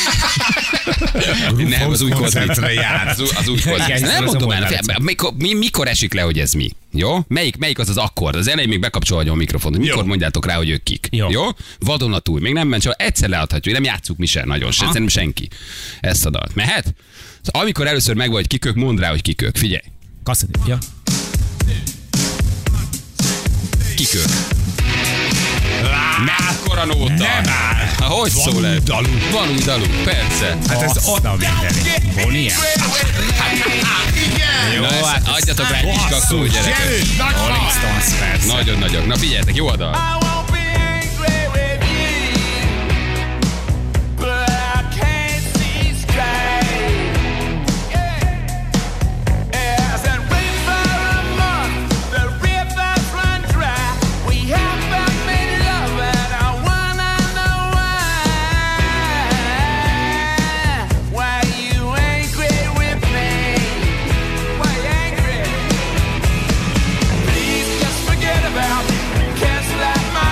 [SPEAKER 2] Nem, az új
[SPEAKER 3] koncertre
[SPEAKER 2] kozmit.
[SPEAKER 3] jár.
[SPEAKER 2] Az, új- az új kozmit.
[SPEAKER 5] Igen,
[SPEAKER 2] Nem
[SPEAKER 5] az
[SPEAKER 2] mondom
[SPEAKER 5] a
[SPEAKER 2] el,
[SPEAKER 5] volt
[SPEAKER 2] fél- mikor, mi, mikor esik le, hogy ez mi? Jó? Melyik, melyik az az akkord? Az elején még bekapcsolhatja a mikrofont. Mikor
[SPEAKER 3] Jó.
[SPEAKER 2] mondjátok rá, hogy ők kik?
[SPEAKER 5] Jó.
[SPEAKER 2] Jó? Vadonatúj. Még nem ment, csak egyszer leadhatjuk. Nem játsszuk mi sem nagyon. Se, szerintem senki. Ezt a dalt. Mehet? Szóval amikor először megvan, hogy kik ők, mondd rá, hogy kik ők. Figyelj.
[SPEAKER 5] Kasszadip, ja.
[SPEAKER 2] Kik ők? Mekkora nóta?
[SPEAKER 3] Nem áll.
[SPEAKER 2] Ha, hogy
[SPEAKER 3] Van
[SPEAKER 2] szól
[SPEAKER 3] új
[SPEAKER 2] ez?
[SPEAKER 3] daluk.
[SPEAKER 2] Van új daluk, persze.
[SPEAKER 3] Hát ez
[SPEAKER 5] Azt a mindenit. Bonnie? Jó,
[SPEAKER 2] Na, ezt
[SPEAKER 5] hát ez
[SPEAKER 2] adjatok rá egy kis kakó, gyerekek.
[SPEAKER 3] Gyerünk, nagy
[SPEAKER 5] Rolling
[SPEAKER 3] hal.
[SPEAKER 5] Stones, persze.
[SPEAKER 2] Nagyon nagyok. Na figyeljetek, jó a dal.
[SPEAKER 6] I won't be angry with you, but I can't see straight. Yeah. As I wait for a month, the rivers run dry. We haven't made love, and I wanna know why. Why you angry with me? Why you angry? Please just forget about me. Cancel out my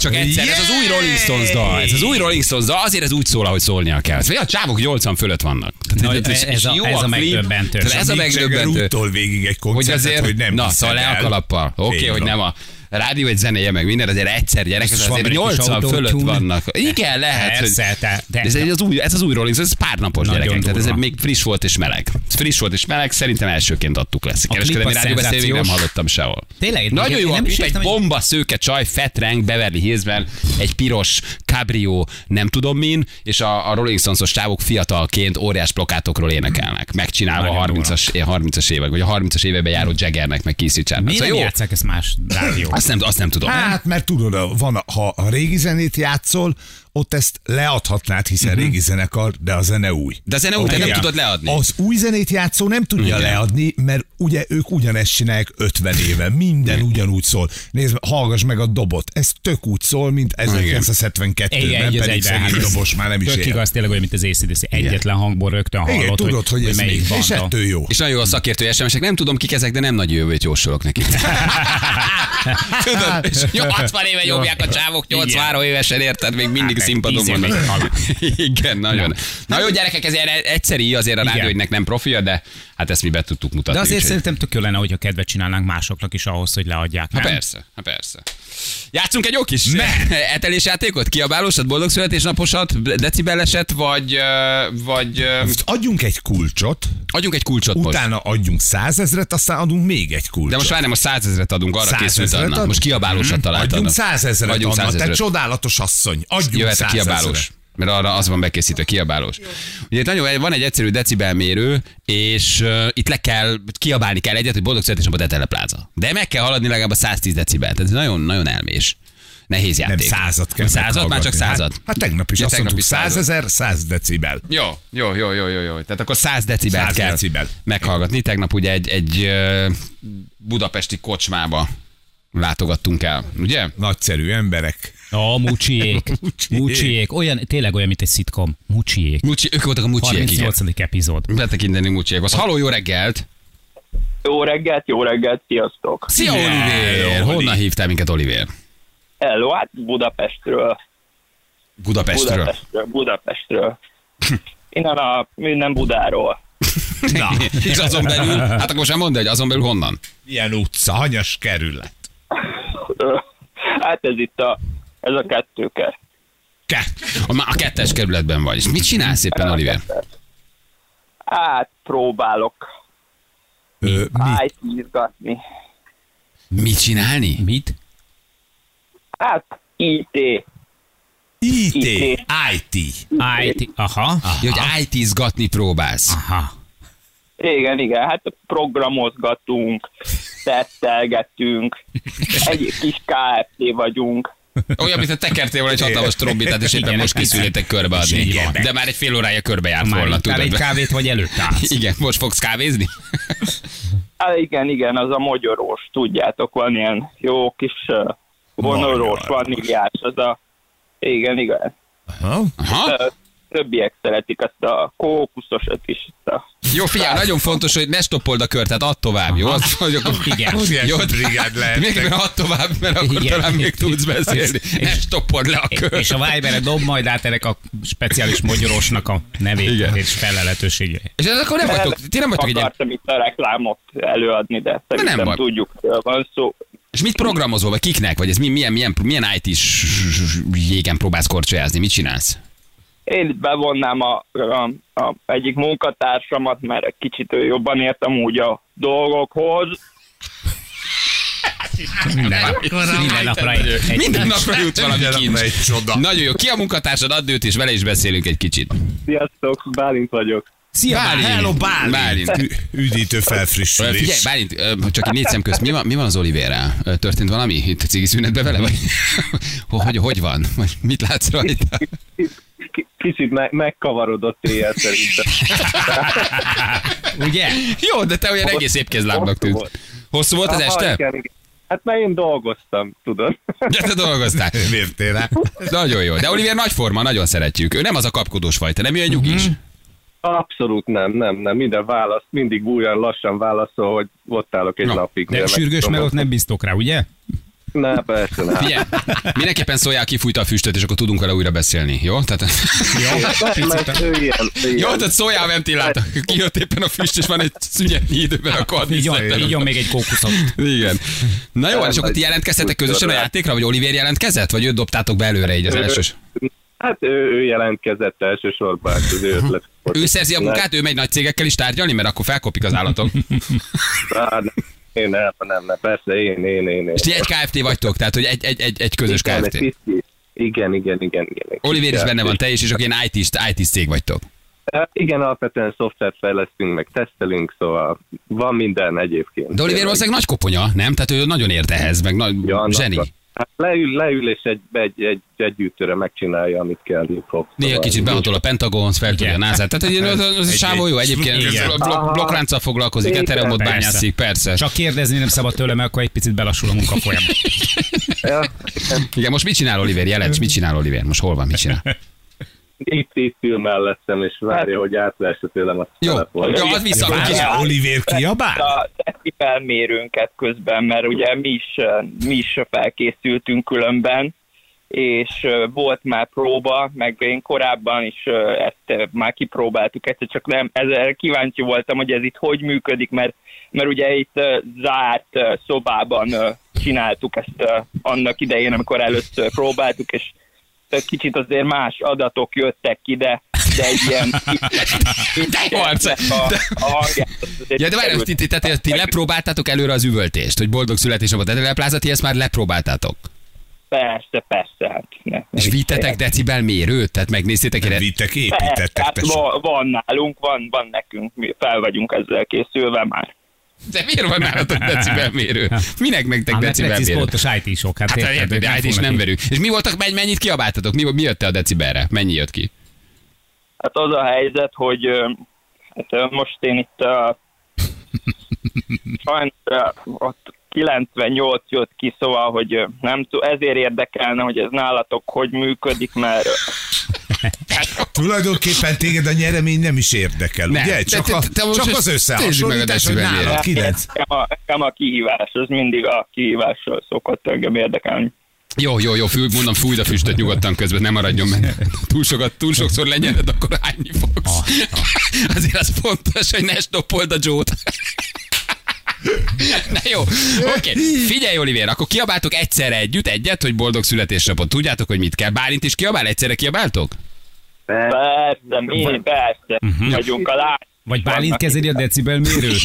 [SPEAKER 2] csak egyszer, ez az új Rolling Stones dal. Ez az új Rolling Stones dal, azért ez úgy szól, ahogy szólnia kell. Szóval a csávok nyolcvan fölött vannak.
[SPEAKER 5] Na, ez, ez, a, ez a megdöbbentő.
[SPEAKER 2] Ez a megdöbbentő.
[SPEAKER 3] Úttól végig egy
[SPEAKER 2] Hogy
[SPEAKER 3] koncertet,
[SPEAKER 2] azért,
[SPEAKER 3] hogy nem
[SPEAKER 2] na,
[SPEAKER 3] hiszed
[SPEAKER 2] szóval le a
[SPEAKER 3] el.
[SPEAKER 2] kalappal. Oké, okay, hogy nem a rádió egy zenéje, meg minden, azért egyszer gyerek, ez azért nyolcvan fölött vannak. Igen, lehet.
[SPEAKER 5] Persze, te, de,
[SPEAKER 2] ez, ez, az új, ez az új Rolling Stones, ez pár napos
[SPEAKER 5] Nagyon
[SPEAKER 2] gyerekek, tehát ez
[SPEAKER 5] durva.
[SPEAKER 2] még friss volt és meleg. Ez friss volt és meleg, szerintem elsőként adtuk lesz.
[SPEAKER 5] A
[SPEAKER 2] Kereskedelmi
[SPEAKER 5] klip a
[SPEAKER 2] rádióban ezt én még nem
[SPEAKER 5] szenzációs.
[SPEAKER 2] hallottam sehol.
[SPEAKER 5] Tényleg?
[SPEAKER 2] Nagyon
[SPEAKER 5] Én
[SPEAKER 2] jó a
[SPEAKER 5] nem is
[SPEAKER 2] klip, egy
[SPEAKER 5] értem, hogy-
[SPEAKER 2] bomba szőke csaj, fetreng, Beverly Hillsben, egy piros cabrio, nem tudom min, és a, a Rolling Stones-os csávok fiatalként óriás plakátokról énekelnek, megcsinálva a
[SPEAKER 5] Nagyon
[SPEAKER 2] harmincas, harmincas évek, vagy a harmincas években járó Jaggernek, meg Keith Richardsnak.
[SPEAKER 5] Miért
[SPEAKER 2] Szóval
[SPEAKER 5] nem
[SPEAKER 2] jó,
[SPEAKER 5] játsszák ezt más rádió?
[SPEAKER 2] azt nem, azt nem tudom.
[SPEAKER 3] Hát, mert tudod, van, a- ha a régi zenét játszol, ott ezt leadhatnád, hiszen uh-huh. régi zenekar, de a zene új.
[SPEAKER 2] De a zene új, te nem
[SPEAKER 3] Igen.
[SPEAKER 2] tudod leadni.
[SPEAKER 3] Az új zenét játszó nem tudja
[SPEAKER 2] Igen.
[SPEAKER 3] leadni, mert ugye ők ugyanezt csinálják ötven éve. Minden ugyanúgy szól. Nézd, hallgass meg a dobot. Ez tök úgy szól, mint ezerkilencszázhetvenkettőben,
[SPEAKER 5] Igen, egy az
[SPEAKER 3] pedig
[SPEAKER 5] egyben.
[SPEAKER 3] szegény
[SPEAKER 5] Hát ez
[SPEAKER 3] dobos már nem is
[SPEAKER 5] tök
[SPEAKER 3] él.
[SPEAKER 5] igaz, tényleg olyan, mint az á cé dé cé. Egyetlen hangból rögtön hallod,
[SPEAKER 3] Igen, tudod, hogy, ez
[SPEAKER 5] melyik
[SPEAKER 3] még, és
[SPEAKER 5] banda.
[SPEAKER 3] ettől jó.
[SPEAKER 2] És nagyon jó a szakértői es em esek, nem tudom kik ezek, de nem nagy jövőt jósolok neki. Tudod, és nyolcvan éve nyomják a csávok, nyolcvanhárom évesen érted, még mindig
[SPEAKER 5] Hát,
[SPEAKER 2] színpadon
[SPEAKER 5] tíz
[SPEAKER 2] vannak.
[SPEAKER 5] évig hallgat.
[SPEAKER 2] Igen, nagyon. Na jó, gyerekek, ez ilyen egyszeri, azért a
[SPEAKER 5] Igen.
[SPEAKER 2] rádióinknek nem profilja, de hát ezt mi be tudtuk mutatni.
[SPEAKER 5] De azért
[SPEAKER 2] úgyhogy-
[SPEAKER 5] szerintem tök jó lenne, hogyha kedvet csinálnánk másoknak is ahhoz, hogy leadják.
[SPEAKER 2] Ha
[SPEAKER 5] Nem?
[SPEAKER 2] persze, ha persze. Játszunk egy jó kis etelésjátékot? Kiabálósat, boldog születésnaposat, decibeleset, vagy, ö, vagy ö,
[SPEAKER 3] Most adjunk egy kulcsot,
[SPEAKER 2] adjunk egy kulcsot most.
[SPEAKER 3] utána adjunk százezret, aztán adunk még egy kulcsot.
[SPEAKER 2] De most már nem, most százezret adunk, arra készült
[SPEAKER 3] Százezret
[SPEAKER 2] Anna.
[SPEAKER 3] ad?
[SPEAKER 2] Most kiabálósat találtad.
[SPEAKER 3] Adjunk százezret,
[SPEAKER 2] Adjunk
[SPEAKER 3] Anna, te
[SPEAKER 2] százezret.
[SPEAKER 3] csodálatos asszony. Adjunk
[SPEAKER 2] Jöhet a
[SPEAKER 3] százezret.
[SPEAKER 2] kiabálós. Mert arra az van bekészítve, kiabálós. Ugye itt nagyon, van egy egyszerű decibelmérő, és uh, itt le kell, kiabálni kell egyet, hogy boldog születésnapot Etele Pláza. De meg kell haladni legalább a száztíz decibelt. Ez nagyon, nagyon elmés. Nehéz
[SPEAKER 3] Nem,
[SPEAKER 2] játék.
[SPEAKER 3] százat kell
[SPEAKER 2] Százat? Már csak
[SPEAKER 3] meghallgatni.
[SPEAKER 2] százat.
[SPEAKER 3] Hát, hát tegnap is
[SPEAKER 2] Ja,
[SPEAKER 3] azt
[SPEAKER 2] tegnap
[SPEAKER 3] mondtuk,
[SPEAKER 2] is százat.
[SPEAKER 3] százezer, száz decibel.
[SPEAKER 2] Jó, jó, jó, jó, jó, jó. Tehát akkor száz decibelt
[SPEAKER 3] száz
[SPEAKER 2] kell
[SPEAKER 3] decibel.
[SPEAKER 2] meghallgatni. Tegnap ugye egy, egy ö, budapesti kocsmába látogattunk el, ugye?
[SPEAKER 3] Nagyszerű emberek.
[SPEAKER 5] Ó, mucsiék.
[SPEAKER 3] Mucsiék.
[SPEAKER 5] Mucsiék. Olyan, tényleg olyan, mint egy szitkom. Mucsiék.
[SPEAKER 2] Mucsi, ők voltak a mucsiek, igen.
[SPEAKER 5] harmincnyolcadik epizód.
[SPEAKER 2] Betekinteni mucsiekhoz. Halló, jó reggelt!
[SPEAKER 7] Jó reggelt, jó reggelt, sziasztok!
[SPEAKER 2] Szia,
[SPEAKER 3] Yeah,
[SPEAKER 2] Olivér!
[SPEAKER 3] Oli.
[SPEAKER 2] Honnan hívtál minket, Olivér?
[SPEAKER 7] Hello, hát Budapestről.
[SPEAKER 2] Budapestről.
[SPEAKER 7] Budapestről, Budapestről. Innen a minden Budáról.
[SPEAKER 3] Na,
[SPEAKER 2] És azon belül, hát akkor most már mondd, hogy azon belül honnan?
[SPEAKER 3] milyen utca, hanyas kerület.
[SPEAKER 7] Ö, Hát ez itt a, ez a kettőker.
[SPEAKER 2] A, a kettes kerületben vagy. És mit csinálsz éppen, Olivér?
[SPEAKER 7] Hát próbálok
[SPEAKER 3] Ö, mi?
[SPEAKER 7] ájtizgatni.
[SPEAKER 2] Mit csinálni?
[SPEAKER 5] Mit?
[SPEAKER 7] Hát í té.
[SPEAKER 3] í té,
[SPEAKER 7] í té.
[SPEAKER 3] í té.
[SPEAKER 5] í té. Aha.
[SPEAKER 2] Ja, hogy í té-zgatni próbálsz.
[SPEAKER 5] Aha.
[SPEAKER 7] Igen, igen, hát programozgatunk, tesztelgetünk, egy kis ká ef té vagyunk.
[SPEAKER 2] Olyan, mint a tekertél volna egy hatalmas trombitát, és éppen
[SPEAKER 5] Igen,
[SPEAKER 2] most készülnétek körbeadni.
[SPEAKER 5] Igen.
[SPEAKER 2] De már egy fél órája körbe járt
[SPEAKER 5] Már
[SPEAKER 2] volna,
[SPEAKER 5] ittál egy
[SPEAKER 2] tudod.
[SPEAKER 5] kávét, vagy előtt állsz?
[SPEAKER 2] Igen, most fogsz kávézni?
[SPEAKER 7] Hát igen, igen, az a mogyorós, tudjátok, van ilyen jó kis uh, vonalós,
[SPEAKER 3] Magyar.
[SPEAKER 7] vaníliás, az a... Igen, igen.
[SPEAKER 3] Aha.
[SPEAKER 2] Aha.
[SPEAKER 7] Ö, Többiek szeretik azt a kókuszosat is. Azt a...
[SPEAKER 2] Jó, figyelj, nagyon fontos, hogy ne stoppold a kört, tehát add tovább, jó? Az, hogy akkor...
[SPEAKER 5] Igen.
[SPEAKER 3] Óriási
[SPEAKER 2] Jó,
[SPEAKER 3] brigád lehettek.
[SPEAKER 2] még mert add tovább, mert akkor
[SPEAKER 5] Igen.
[SPEAKER 2] talán még tudsz beszélni. Ne stoppold le a kört.
[SPEAKER 5] És a Viberre dob majd át ennek a speciális mogyorosnak a nevét
[SPEAKER 2] Igen.
[SPEAKER 5] és felelősségét.
[SPEAKER 2] És ez akkor nem vagytok, ti nem vagytok egy ilyen...
[SPEAKER 7] Akartam itt a reklámot előadni, de szerintem
[SPEAKER 2] nem baj.
[SPEAKER 7] tudjuk, hogy van szó.
[SPEAKER 2] És mit programozol, vagy kiknek? Vagy ez mi- milyen, milyen, milyen í té-s jégen próbálsz korcsolyázni? Mit csinálsz?
[SPEAKER 7] Én itt bevonnám a, a, a egyik munkatársamat, mert egy kicsit ő jobban értem úgy a dolgokhoz.
[SPEAKER 5] Minden, minden napra egy, egy
[SPEAKER 2] Minden napra jut valami
[SPEAKER 3] Minden napra
[SPEAKER 2] kincs.
[SPEAKER 3] egy csoda.
[SPEAKER 2] Nagyon jó. Ki a munkatársad? Add őt, és vele is beszélünk egy kicsit.
[SPEAKER 7] Sziasztok, Bálint vagyok.
[SPEAKER 5] Szia,
[SPEAKER 2] Bálint.
[SPEAKER 3] Hello, Bálint.
[SPEAKER 2] Bálint.
[SPEAKER 3] Ü- Üdítő
[SPEAKER 2] Ö,
[SPEAKER 3] felfrissülés.
[SPEAKER 2] Figyelj, Bálint, ö, csak így négy szem közt, mi van, mi van az Olivérrel? Ö, Történt valami itt a cigi szünetben vele? Vagy hogy, hogy van? Vagy mit látsz rajta?
[SPEAKER 7] K- Kicsit me- megkavarodott éjjel szerintem.
[SPEAKER 5] ugye?
[SPEAKER 2] Jó, de te olyan egész épkézlábnak
[SPEAKER 7] Hosszú
[SPEAKER 2] tűnt.
[SPEAKER 7] volt.
[SPEAKER 2] Hosszú volt az
[SPEAKER 7] Aha,
[SPEAKER 2] este?
[SPEAKER 7] igen, igen. Hát mert én dolgoztam, tudod.
[SPEAKER 2] De te dolgoztál.
[SPEAKER 3] Vértél rá.
[SPEAKER 2] Nagyon jó. De Olivier nagyforma, nagyon szeretjük. Ő nem az a kapkodós fajta, nem ő egy nyugis.
[SPEAKER 8] Abszolút nem, nem, nem. Minden válasz, mindig újra lassan válaszol, hogy ott állok egy
[SPEAKER 7] Na,
[SPEAKER 8] napig.
[SPEAKER 5] De
[SPEAKER 8] mire
[SPEAKER 5] sürgős
[SPEAKER 8] megtudom.
[SPEAKER 5] melót nem bíztok rá, ugye?
[SPEAKER 8] Na, persze, nem.
[SPEAKER 2] Figyelj, mindenképpen szóljál, kifújta a füstöt, és akkor tudunk vele újra beszélni, jó? Tehát...
[SPEAKER 5] Jó,
[SPEAKER 8] Mert ő ilyen, ilyen.
[SPEAKER 2] Jó, tehát szóljál a ventilátor. Kijött éppen a füst, és van egy szünetnyi időben a kard.
[SPEAKER 5] Igyon, igyon még egy kókuszot.
[SPEAKER 2] Igen. Na jó, és akkor ti jelentkeztetek közösen a játékra, vagy Oliver jelentkezett, vagy őt dobtátok be előre így az elsős?
[SPEAKER 8] Hát ő, ő jelentkezett elsősorban, hát az ő ötlet.
[SPEAKER 2] Ő szerzi a munkát, ő megy nagy cégekkel is tárgyalni, mert akkor felkopik az állatok.
[SPEAKER 8] Á, nem, én nem, nem, nem, persze, én, én, én. én.
[SPEAKER 2] És ti egy Kft. Vagytok, tehát hogy egy, egy, egy, egy közös
[SPEAKER 8] Igen,
[SPEAKER 2] Kft.
[SPEAKER 8] egy kis- Igen, igen, igen, igen.
[SPEAKER 2] Oliver is benne van, te is, és akkor ilyen i té-s, i té-s cég vagytok.
[SPEAKER 8] Hát igen, alapvetően szoftvert fejlesztünk, meg tesztelünk, szóval van minden egyébként.
[SPEAKER 2] De Oliver valószínűleg nagy koponya, nem? Tehát ő nagyon ért ehhez, meg nagy
[SPEAKER 8] Ja,
[SPEAKER 2] zseni.
[SPEAKER 8] na, hát leül, leül és egy, egy, egy, egy ütőre megcsinálja, amit kell. Fog,
[SPEAKER 2] Néha kicsit behatol a Pentagonhoz, feltudja a názát. Tehát egy, az, az, az sávó jó, egyébként
[SPEAKER 5] Igen.
[SPEAKER 2] blok, blokklánccal foglalkozik,
[SPEAKER 8] Igen,
[SPEAKER 2] etereumot
[SPEAKER 5] persze.
[SPEAKER 2] bányászik, persze.
[SPEAKER 5] Csak kérdezni nem szabad tőle, mert akkor egy picit belassul a munkafolyam.
[SPEAKER 8] Ja,
[SPEAKER 2] Igen, most mit csinál Oliver? Jelents, mit csinál Oliver? Most hol van, mit csinál?
[SPEAKER 8] itt, itt ül mellettem, és várja, hogy átvesse tőlem a
[SPEAKER 2] Jó,
[SPEAKER 8] telefon.
[SPEAKER 2] jó, az vissza.
[SPEAKER 3] Várj,
[SPEAKER 2] kis-
[SPEAKER 3] Oliver kiabál?
[SPEAKER 7] A decibelmérőnket közben, mert ugye mi is, mi is felkészültünk különben, és ö, volt már próba, meg én korábban is ö, ezt ö, már kipróbáltuk egyszer, csak nem, ezzel kíváncsi voltam, hogy ez itt hogy működik, mert, mert ugye itt ö, zárt ö, szobában ö, csináltuk ezt ö, annak idején, amikor először próbáltuk, és ö, kicsit azért más adatok jöttek ki, de, de egy ilyen...
[SPEAKER 2] De jó arc!
[SPEAKER 7] a, a hangját, azt azért
[SPEAKER 2] Ja, de várj, ti, ti, ti, ti lepróbáltátok előre az üvöltést, hogy boldog születésnapot. De Pláza, ti ezt már lepróbáltátok.
[SPEAKER 7] Persze, persze. Hát, ne,
[SPEAKER 2] És vittetek decibel mérőt? Tehát megnéztétek ére?
[SPEAKER 3] Vittek,
[SPEAKER 7] Persze,
[SPEAKER 3] építettek.
[SPEAKER 7] hát
[SPEAKER 3] te
[SPEAKER 7] van, van nálunk, van, van nekünk, mi fel vagyunk ezzel készülve már.
[SPEAKER 2] De miért van nálatok decibel mérő? Minek nektek
[SPEAKER 5] Hát,
[SPEAKER 2] decibel
[SPEAKER 5] precíz
[SPEAKER 2] mérő?
[SPEAKER 5] pontos i té-sok. Hát,
[SPEAKER 2] Hát
[SPEAKER 5] érted,
[SPEAKER 2] érted,
[SPEAKER 5] ők
[SPEAKER 2] de hát is
[SPEAKER 5] fognak
[SPEAKER 2] nem
[SPEAKER 5] így-
[SPEAKER 2] verünk. És mi voltak, menny- mennyit kiabáltatok? Mi, mi jött te a decibelre? Mennyi jött ki?
[SPEAKER 7] Hát az a helyzet, hogy ö, hát ö, most én itt uh, sajnos uh, ott kilencvennyolc jött ki, szóval, hogy ö, nem tudom, ezért érdekelne, hogy ez nálatok hogy működik, mert ö,
[SPEAKER 3] Tulajdonképpen téged a nyeremény nem is érdekel,
[SPEAKER 2] Nem.
[SPEAKER 3] ugye?
[SPEAKER 2] Te-
[SPEAKER 3] Csak,
[SPEAKER 2] te-
[SPEAKER 3] a,
[SPEAKER 2] te most
[SPEAKER 3] csak
[SPEAKER 2] ezt
[SPEAKER 3] az
[SPEAKER 2] nézzük meg a
[SPEAKER 3] összehasonlítás, hogy
[SPEAKER 2] decibel
[SPEAKER 3] nálad
[SPEAKER 2] mérőt.
[SPEAKER 3] kilenc.
[SPEAKER 7] nekem a, nekem a kihívás, az mindig a kihívással szokott engem érdekelni.
[SPEAKER 2] Jó, jó, jó, fül, mondom, fújd a füstöt nyugodtan közben, nem maradjon meg. Túl, sokat, túl sokszor lenyered, akkor hányni fogsz. Azért az fontos, hogy ne stoppold a Joe-t. Na jó, oké. Okay. Figyelj, Oliver, akkor kiabáltok egyszerre együtt, egyet, hogy boldog születésnapot. Tudjátok, hogy mit kell? Bálint is kiabál? Egyszerre kiabáltok?
[SPEAKER 7] Persze, mi, persze,
[SPEAKER 2] Mhm.
[SPEAKER 7] vagyunk a lány.
[SPEAKER 5] Vagy Bálint kezeli a decibel mérőt?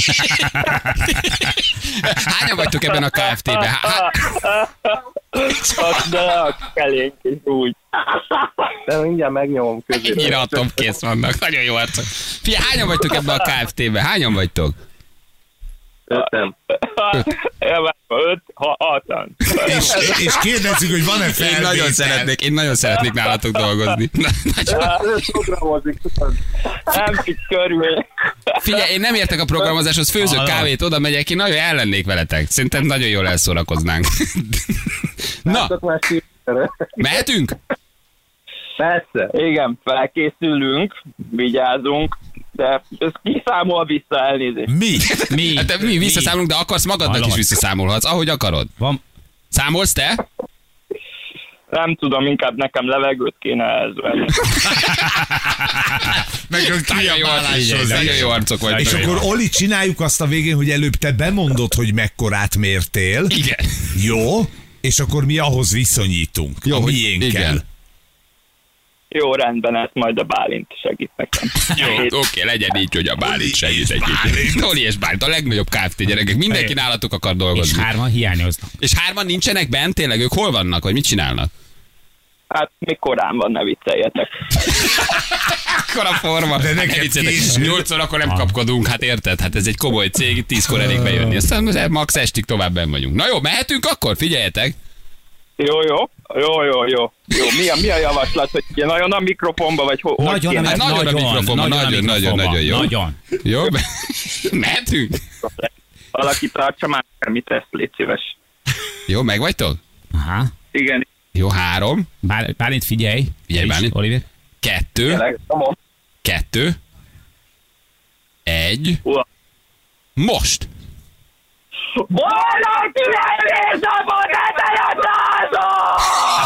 [SPEAKER 2] Hányan vagytok ebben a Kft-ben? Há-
[SPEAKER 7] Hát, de a kelénk is úgy.
[SPEAKER 8] De mindjárt megnyomom közé.
[SPEAKER 2] Ennyire atomkész vannak. Nagyon jó arcok. Figyelj, hányan vagytok ebben a Kft-ben? Hányan vagytok?
[SPEAKER 8] Ötem.
[SPEAKER 7] Öt, ha, hatan.
[SPEAKER 3] És, és kérdezzük, hogy van-e
[SPEAKER 2] Én
[SPEAKER 3] felvétel?
[SPEAKER 2] nagyon szeretnék, én nagyon szeretnék nálatok dolgozni. Na, nagyon-
[SPEAKER 8] Programozik, tudod.
[SPEAKER 7] Nem fit körül.
[SPEAKER 2] Figyelj, én nem értek a programozáshoz, főzök
[SPEAKER 5] Hallod?
[SPEAKER 2] kávét, oda megyek, én nagyon ellennék veletek. Szerintem nagyon jól elszórakoznánk. Na,
[SPEAKER 8] Látok már sípere.
[SPEAKER 2] mehetünk?
[SPEAKER 8] Persze.
[SPEAKER 7] Igen, felkészülünk, vigyázunk, de ez kiszámol vissza, elnézést.
[SPEAKER 3] Mi?
[SPEAKER 5] Mi?
[SPEAKER 2] Hát te mi visszaszámolunk, de akarsz magadnak is
[SPEAKER 5] Hallod?
[SPEAKER 2] visszaszámolhatsz, ahogy akarod.
[SPEAKER 5] Van,
[SPEAKER 2] Számolsz te?
[SPEAKER 7] Nem tudom, inkább nekem levegőt kéne elzvenni.
[SPEAKER 3] Meg a
[SPEAKER 2] Nagyon jó,
[SPEAKER 3] kiabáláshoz.
[SPEAKER 2] nagyon jó arcok vagy.
[SPEAKER 3] És akkor Oli, csináljuk azt a végén, hogy előbb te bemondod, hogy mekkorát mértél.
[SPEAKER 2] Igen.
[SPEAKER 3] Jó? És akkor mi ahhoz viszonyítunk.
[SPEAKER 2] Jó,
[SPEAKER 3] a
[SPEAKER 2] hogy-
[SPEAKER 3] miénkkel.
[SPEAKER 2] igen.
[SPEAKER 7] Jó, rendben, ezt majd a Bálint segít nekem.
[SPEAKER 2] Jó, oké, legyen így, hogy a Bálint segít egy kicsit. Oli és Bálint, a legnagyobb Kft. Gyerekek. Mindenki nálatok akar
[SPEAKER 5] és
[SPEAKER 2] dolgozni.
[SPEAKER 5] hárman hiányoznak.
[SPEAKER 2] És hárman nincsenek bent, tényleg ők hol vannak, vagy mit csinálnak?
[SPEAKER 7] Hát még korán van, ne vicceljetek.
[SPEAKER 2] Akkor a forma.
[SPEAKER 3] De
[SPEAKER 2] Hát
[SPEAKER 3] neked
[SPEAKER 2] ne vicceljetek.
[SPEAKER 3] késő.
[SPEAKER 2] Nyolc órakor nem kapkodunk, hát érted? Hát ez egy komoly cég, tízkor elég bejönni. Aztán max estig tovább benn vagyunk. Na jó, mehetünk akkor? Figyeljetek!
[SPEAKER 7] Jó, jó, jó, jó, jó. Jó, mi a, mi a javaslat, hogy ugye nagyon a mikrofonba, vagy ho, hogy
[SPEAKER 5] Nagyon,
[SPEAKER 7] kéne?
[SPEAKER 2] Hát nagyon a mikrofonban,
[SPEAKER 5] a
[SPEAKER 2] nagyon, nagyon,
[SPEAKER 5] mikrofonban.
[SPEAKER 2] nagyon jó.
[SPEAKER 5] Nagyon.
[SPEAKER 2] Jó? Mehetünk?
[SPEAKER 7] Valaki tartsa már, mit ezt, légy szíves.
[SPEAKER 2] Jó, megvagytok?
[SPEAKER 5] Aha.
[SPEAKER 7] Igen,
[SPEAKER 2] Jó, három,
[SPEAKER 5] Bál- Bálint, figyelj.
[SPEAKER 2] Figyelj,
[SPEAKER 5] Te is,
[SPEAKER 2] Bálint.
[SPEAKER 5] Oliver.
[SPEAKER 2] kettő,
[SPEAKER 7] tényleg, nyomom.
[SPEAKER 2] kettő, egy,
[SPEAKER 7] Ua.
[SPEAKER 2] most!
[SPEAKER 7] Boldog születésnapot, Eteleflázó!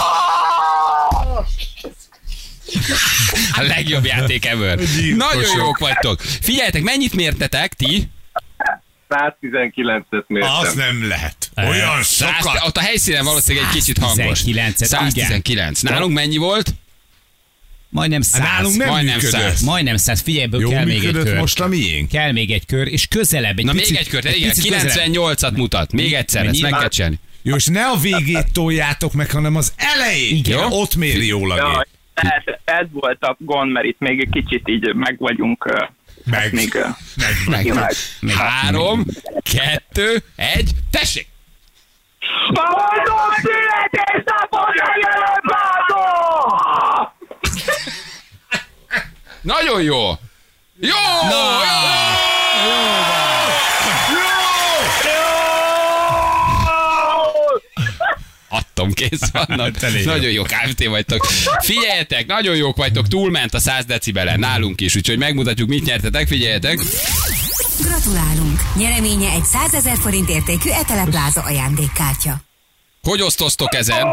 [SPEAKER 2] A legjobb játék ever. Nagyon jók vagytok. Figyeljetek, mennyit mértetek ti?
[SPEAKER 8] száztizenkilencet mértem.
[SPEAKER 3] Az nem lehet. Olyan
[SPEAKER 2] Száz,
[SPEAKER 3] sokat.
[SPEAKER 2] ott a helyszínen valószínűleg egy kicsit hangos.
[SPEAKER 5] száztizenkilencet, igen.
[SPEAKER 2] száztizenkilenc. Nálunk mennyi volt?
[SPEAKER 5] Majdnem száz.
[SPEAKER 3] Nálunk nem
[SPEAKER 2] Majdnem
[SPEAKER 3] működött.
[SPEAKER 2] száz.
[SPEAKER 5] Majdnem száz. Figyelj, ebből
[SPEAKER 3] Jó
[SPEAKER 5] kell még egy
[SPEAKER 3] működött
[SPEAKER 5] kör.
[SPEAKER 3] most a miénk.
[SPEAKER 5] Kell még egy kör, és közelebb. Egy
[SPEAKER 2] Na
[SPEAKER 5] picit,
[SPEAKER 2] még egy kört, igen,
[SPEAKER 5] picit közelebb.
[SPEAKER 2] kilencvennyolcat mutat. Még egyszer, ezt meg kell csinálni.
[SPEAKER 3] Jó, és ne a végét toljátok meg, hanem az elejét.
[SPEAKER 2] Igen.
[SPEAKER 3] Ott méri jól a
[SPEAKER 7] Jaj,
[SPEAKER 3] gép.
[SPEAKER 7] ez, ez volt a gond, mert itt még egy kicsit így meg vagyunk. ö,
[SPEAKER 3] Meg.
[SPEAKER 7] Még, ö,
[SPEAKER 3] Meg.
[SPEAKER 2] Meg.
[SPEAKER 7] meg.
[SPEAKER 2] Három, kettő, egy, tessék!
[SPEAKER 7] Boldog születésnapot, Eteleflázó!
[SPEAKER 2] Nagyon jó! Jó! Adtam, kész vannak. Nagyon jó ká ef té vagytok. Figyeljetek, nagyon jók vagytok, túlment a száz decibelen, nálunk is, úgyhogy megmutatjuk, mit nyertetek, figyeljetek.
[SPEAKER 4] Gratulálunk! Nyereménye egy százezer forint értékű Etelepláza ajándékkártya.
[SPEAKER 2] Hogy osztoztok ezen?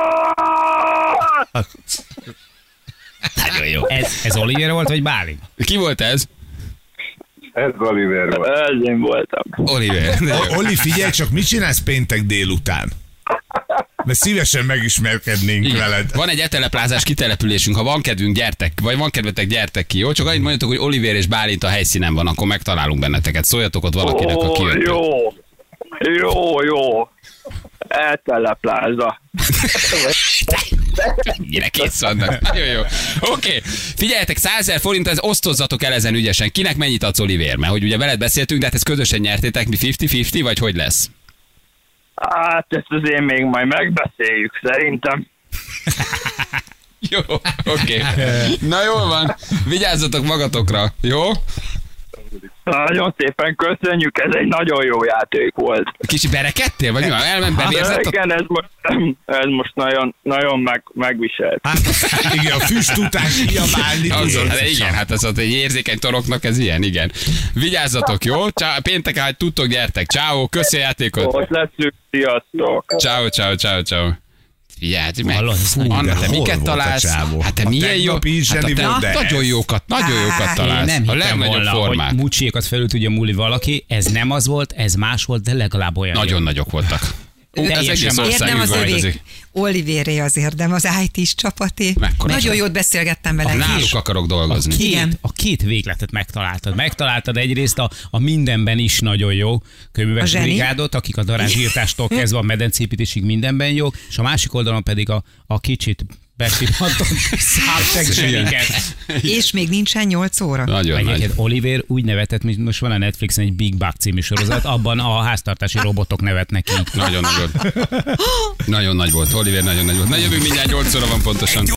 [SPEAKER 2] Nagyon jó.
[SPEAKER 5] Ez, ez Oliver volt, vagy Bálint?
[SPEAKER 2] Ki volt ez?
[SPEAKER 8] Ez Oliver volt.
[SPEAKER 7] Ez én voltam.
[SPEAKER 2] Oliver.
[SPEAKER 3] O- Oli, figyelj csak, mit csinálsz péntek délután? Mert szívesen megismerkednénk
[SPEAKER 2] Igen.
[SPEAKER 3] veled.
[SPEAKER 2] Van egy eteleplázás kitelepülésünk, ha van kedvünk, gyertek, vagy van kedvetek, gyertek ki, jó? Csak annyit mondjatok, hogy Oliver és Bálint a helyszínen van, akkor megtalálunk benneteket. Szóljatok ott valakinek,
[SPEAKER 7] Ó,
[SPEAKER 2] aki jön.
[SPEAKER 7] jó, jó, jó. Etelepláza.
[SPEAKER 2] Mire kész vannak. Nagyon jó. Oké, okay. Figyeljetek, százezer forint, ez osztozzatok el ezen ügyesen. Kinek mennyit adsz, Oliver? Mert hogy ugye veled beszéltünk, de hát ezt közösen nyertétek, mi fifty-fifty, vagy hogy lesz?
[SPEAKER 7] Hát ezt azért még majd megbeszéljük, szerintem.
[SPEAKER 2] Jó, oké. Okay. Na jól van, vigyázzatok magatokra, jó?
[SPEAKER 7] Nagyon szépen köszönjük, ez egy nagyon jó játék volt.
[SPEAKER 2] Kicsi berekedtél, vagy mi van? Elment bevérzett?
[SPEAKER 7] Igen, ez most, ez most nagyon, nagyon meg, megviselt.
[SPEAKER 3] Hát, igen, a füst után kiabálni.
[SPEAKER 2] Az,
[SPEAKER 3] tudod.
[SPEAKER 2] hát igen, hát az ott egy érzékeny toroknak ez ilyen, igen. Vigyázzatok, jó? Csá, péntek, hát tudtok, gyertek. Ciao, köszi a játékot.
[SPEAKER 7] Ott leszünk, sziasztok.
[SPEAKER 2] Ciao, ciao, ciao, ciao. Figyelj, meg.
[SPEAKER 5] Hallod, ez nagyon-
[SPEAKER 2] Anna, te
[SPEAKER 3] hol
[SPEAKER 2] miket
[SPEAKER 3] volt a
[SPEAKER 2] találsz?
[SPEAKER 3] csávó?
[SPEAKER 2] Hát te
[SPEAKER 3] A
[SPEAKER 2] milyen jó.
[SPEAKER 3] tegnapi is
[SPEAKER 2] Hát a
[SPEAKER 3] zseni
[SPEAKER 2] te
[SPEAKER 3] volt, de
[SPEAKER 2] nagyon
[SPEAKER 3] ez-
[SPEAKER 2] jókat, nagyon jókat
[SPEAKER 5] Én
[SPEAKER 2] találsz.
[SPEAKER 5] nem
[SPEAKER 2] A
[SPEAKER 5] hittem
[SPEAKER 2] legnagyobb
[SPEAKER 5] volna,
[SPEAKER 2] formák.
[SPEAKER 5] hogy mucsiékat felül tudja múlni valaki. Ez nem az volt, ez más volt, de legalább olyan
[SPEAKER 2] Nagyon
[SPEAKER 5] jó.
[SPEAKER 2] nagyok voltak. Ú, ez
[SPEAKER 5] Teljesen
[SPEAKER 2] egész
[SPEAKER 5] más.
[SPEAKER 2] ország
[SPEAKER 9] Érdem az
[SPEAKER 2] üvöltözik.
[SPEAKER 9] övé. Olivéré az érdem, az í té-s csapaté.
[SPEAKER 2] Mekkora
[SPEAKER 9] Nagyon
[SPEAKER 2] csapat?
[SPEAKER 9] jót beszélgettem vele.
[SPEAKER 2] Náluk akarok dolgozni.
[SPEAKER 5] Két,
[SPEAKER 9] Igen.
[SPEAKER 5] a két végletet megtaláltad. Megtaláltad egyrészt a, a mindenben is nagyon jó
[SPEAKER 9] A
[SPEAKER 5] kőműves
[SPEAKER 9] zseni.
[SPEAKER 5] brigádot, akik a darázsírtástól kezdve a medencépítésig mindenben jók, és a másik oldalon pedig a, a kicsit besippantott szápsegzseniket.
[SPEAKER 9] És még nincsen nyolc óra.
[SPEAKER 2] Nagyon nagy.
[SPEAKER 5] Egyébként Oliver úgy nevetett, mint most van a Netflixen egy Big Bug című sorozat, abban a háztartási robotok nevetnek ki.
[SPEAKER 2] Nagyon nagy volt. Nagyon nagy volt. Oliver nagyon nagy volt. Na jövünk mindjárt nyolc óra van pontosan.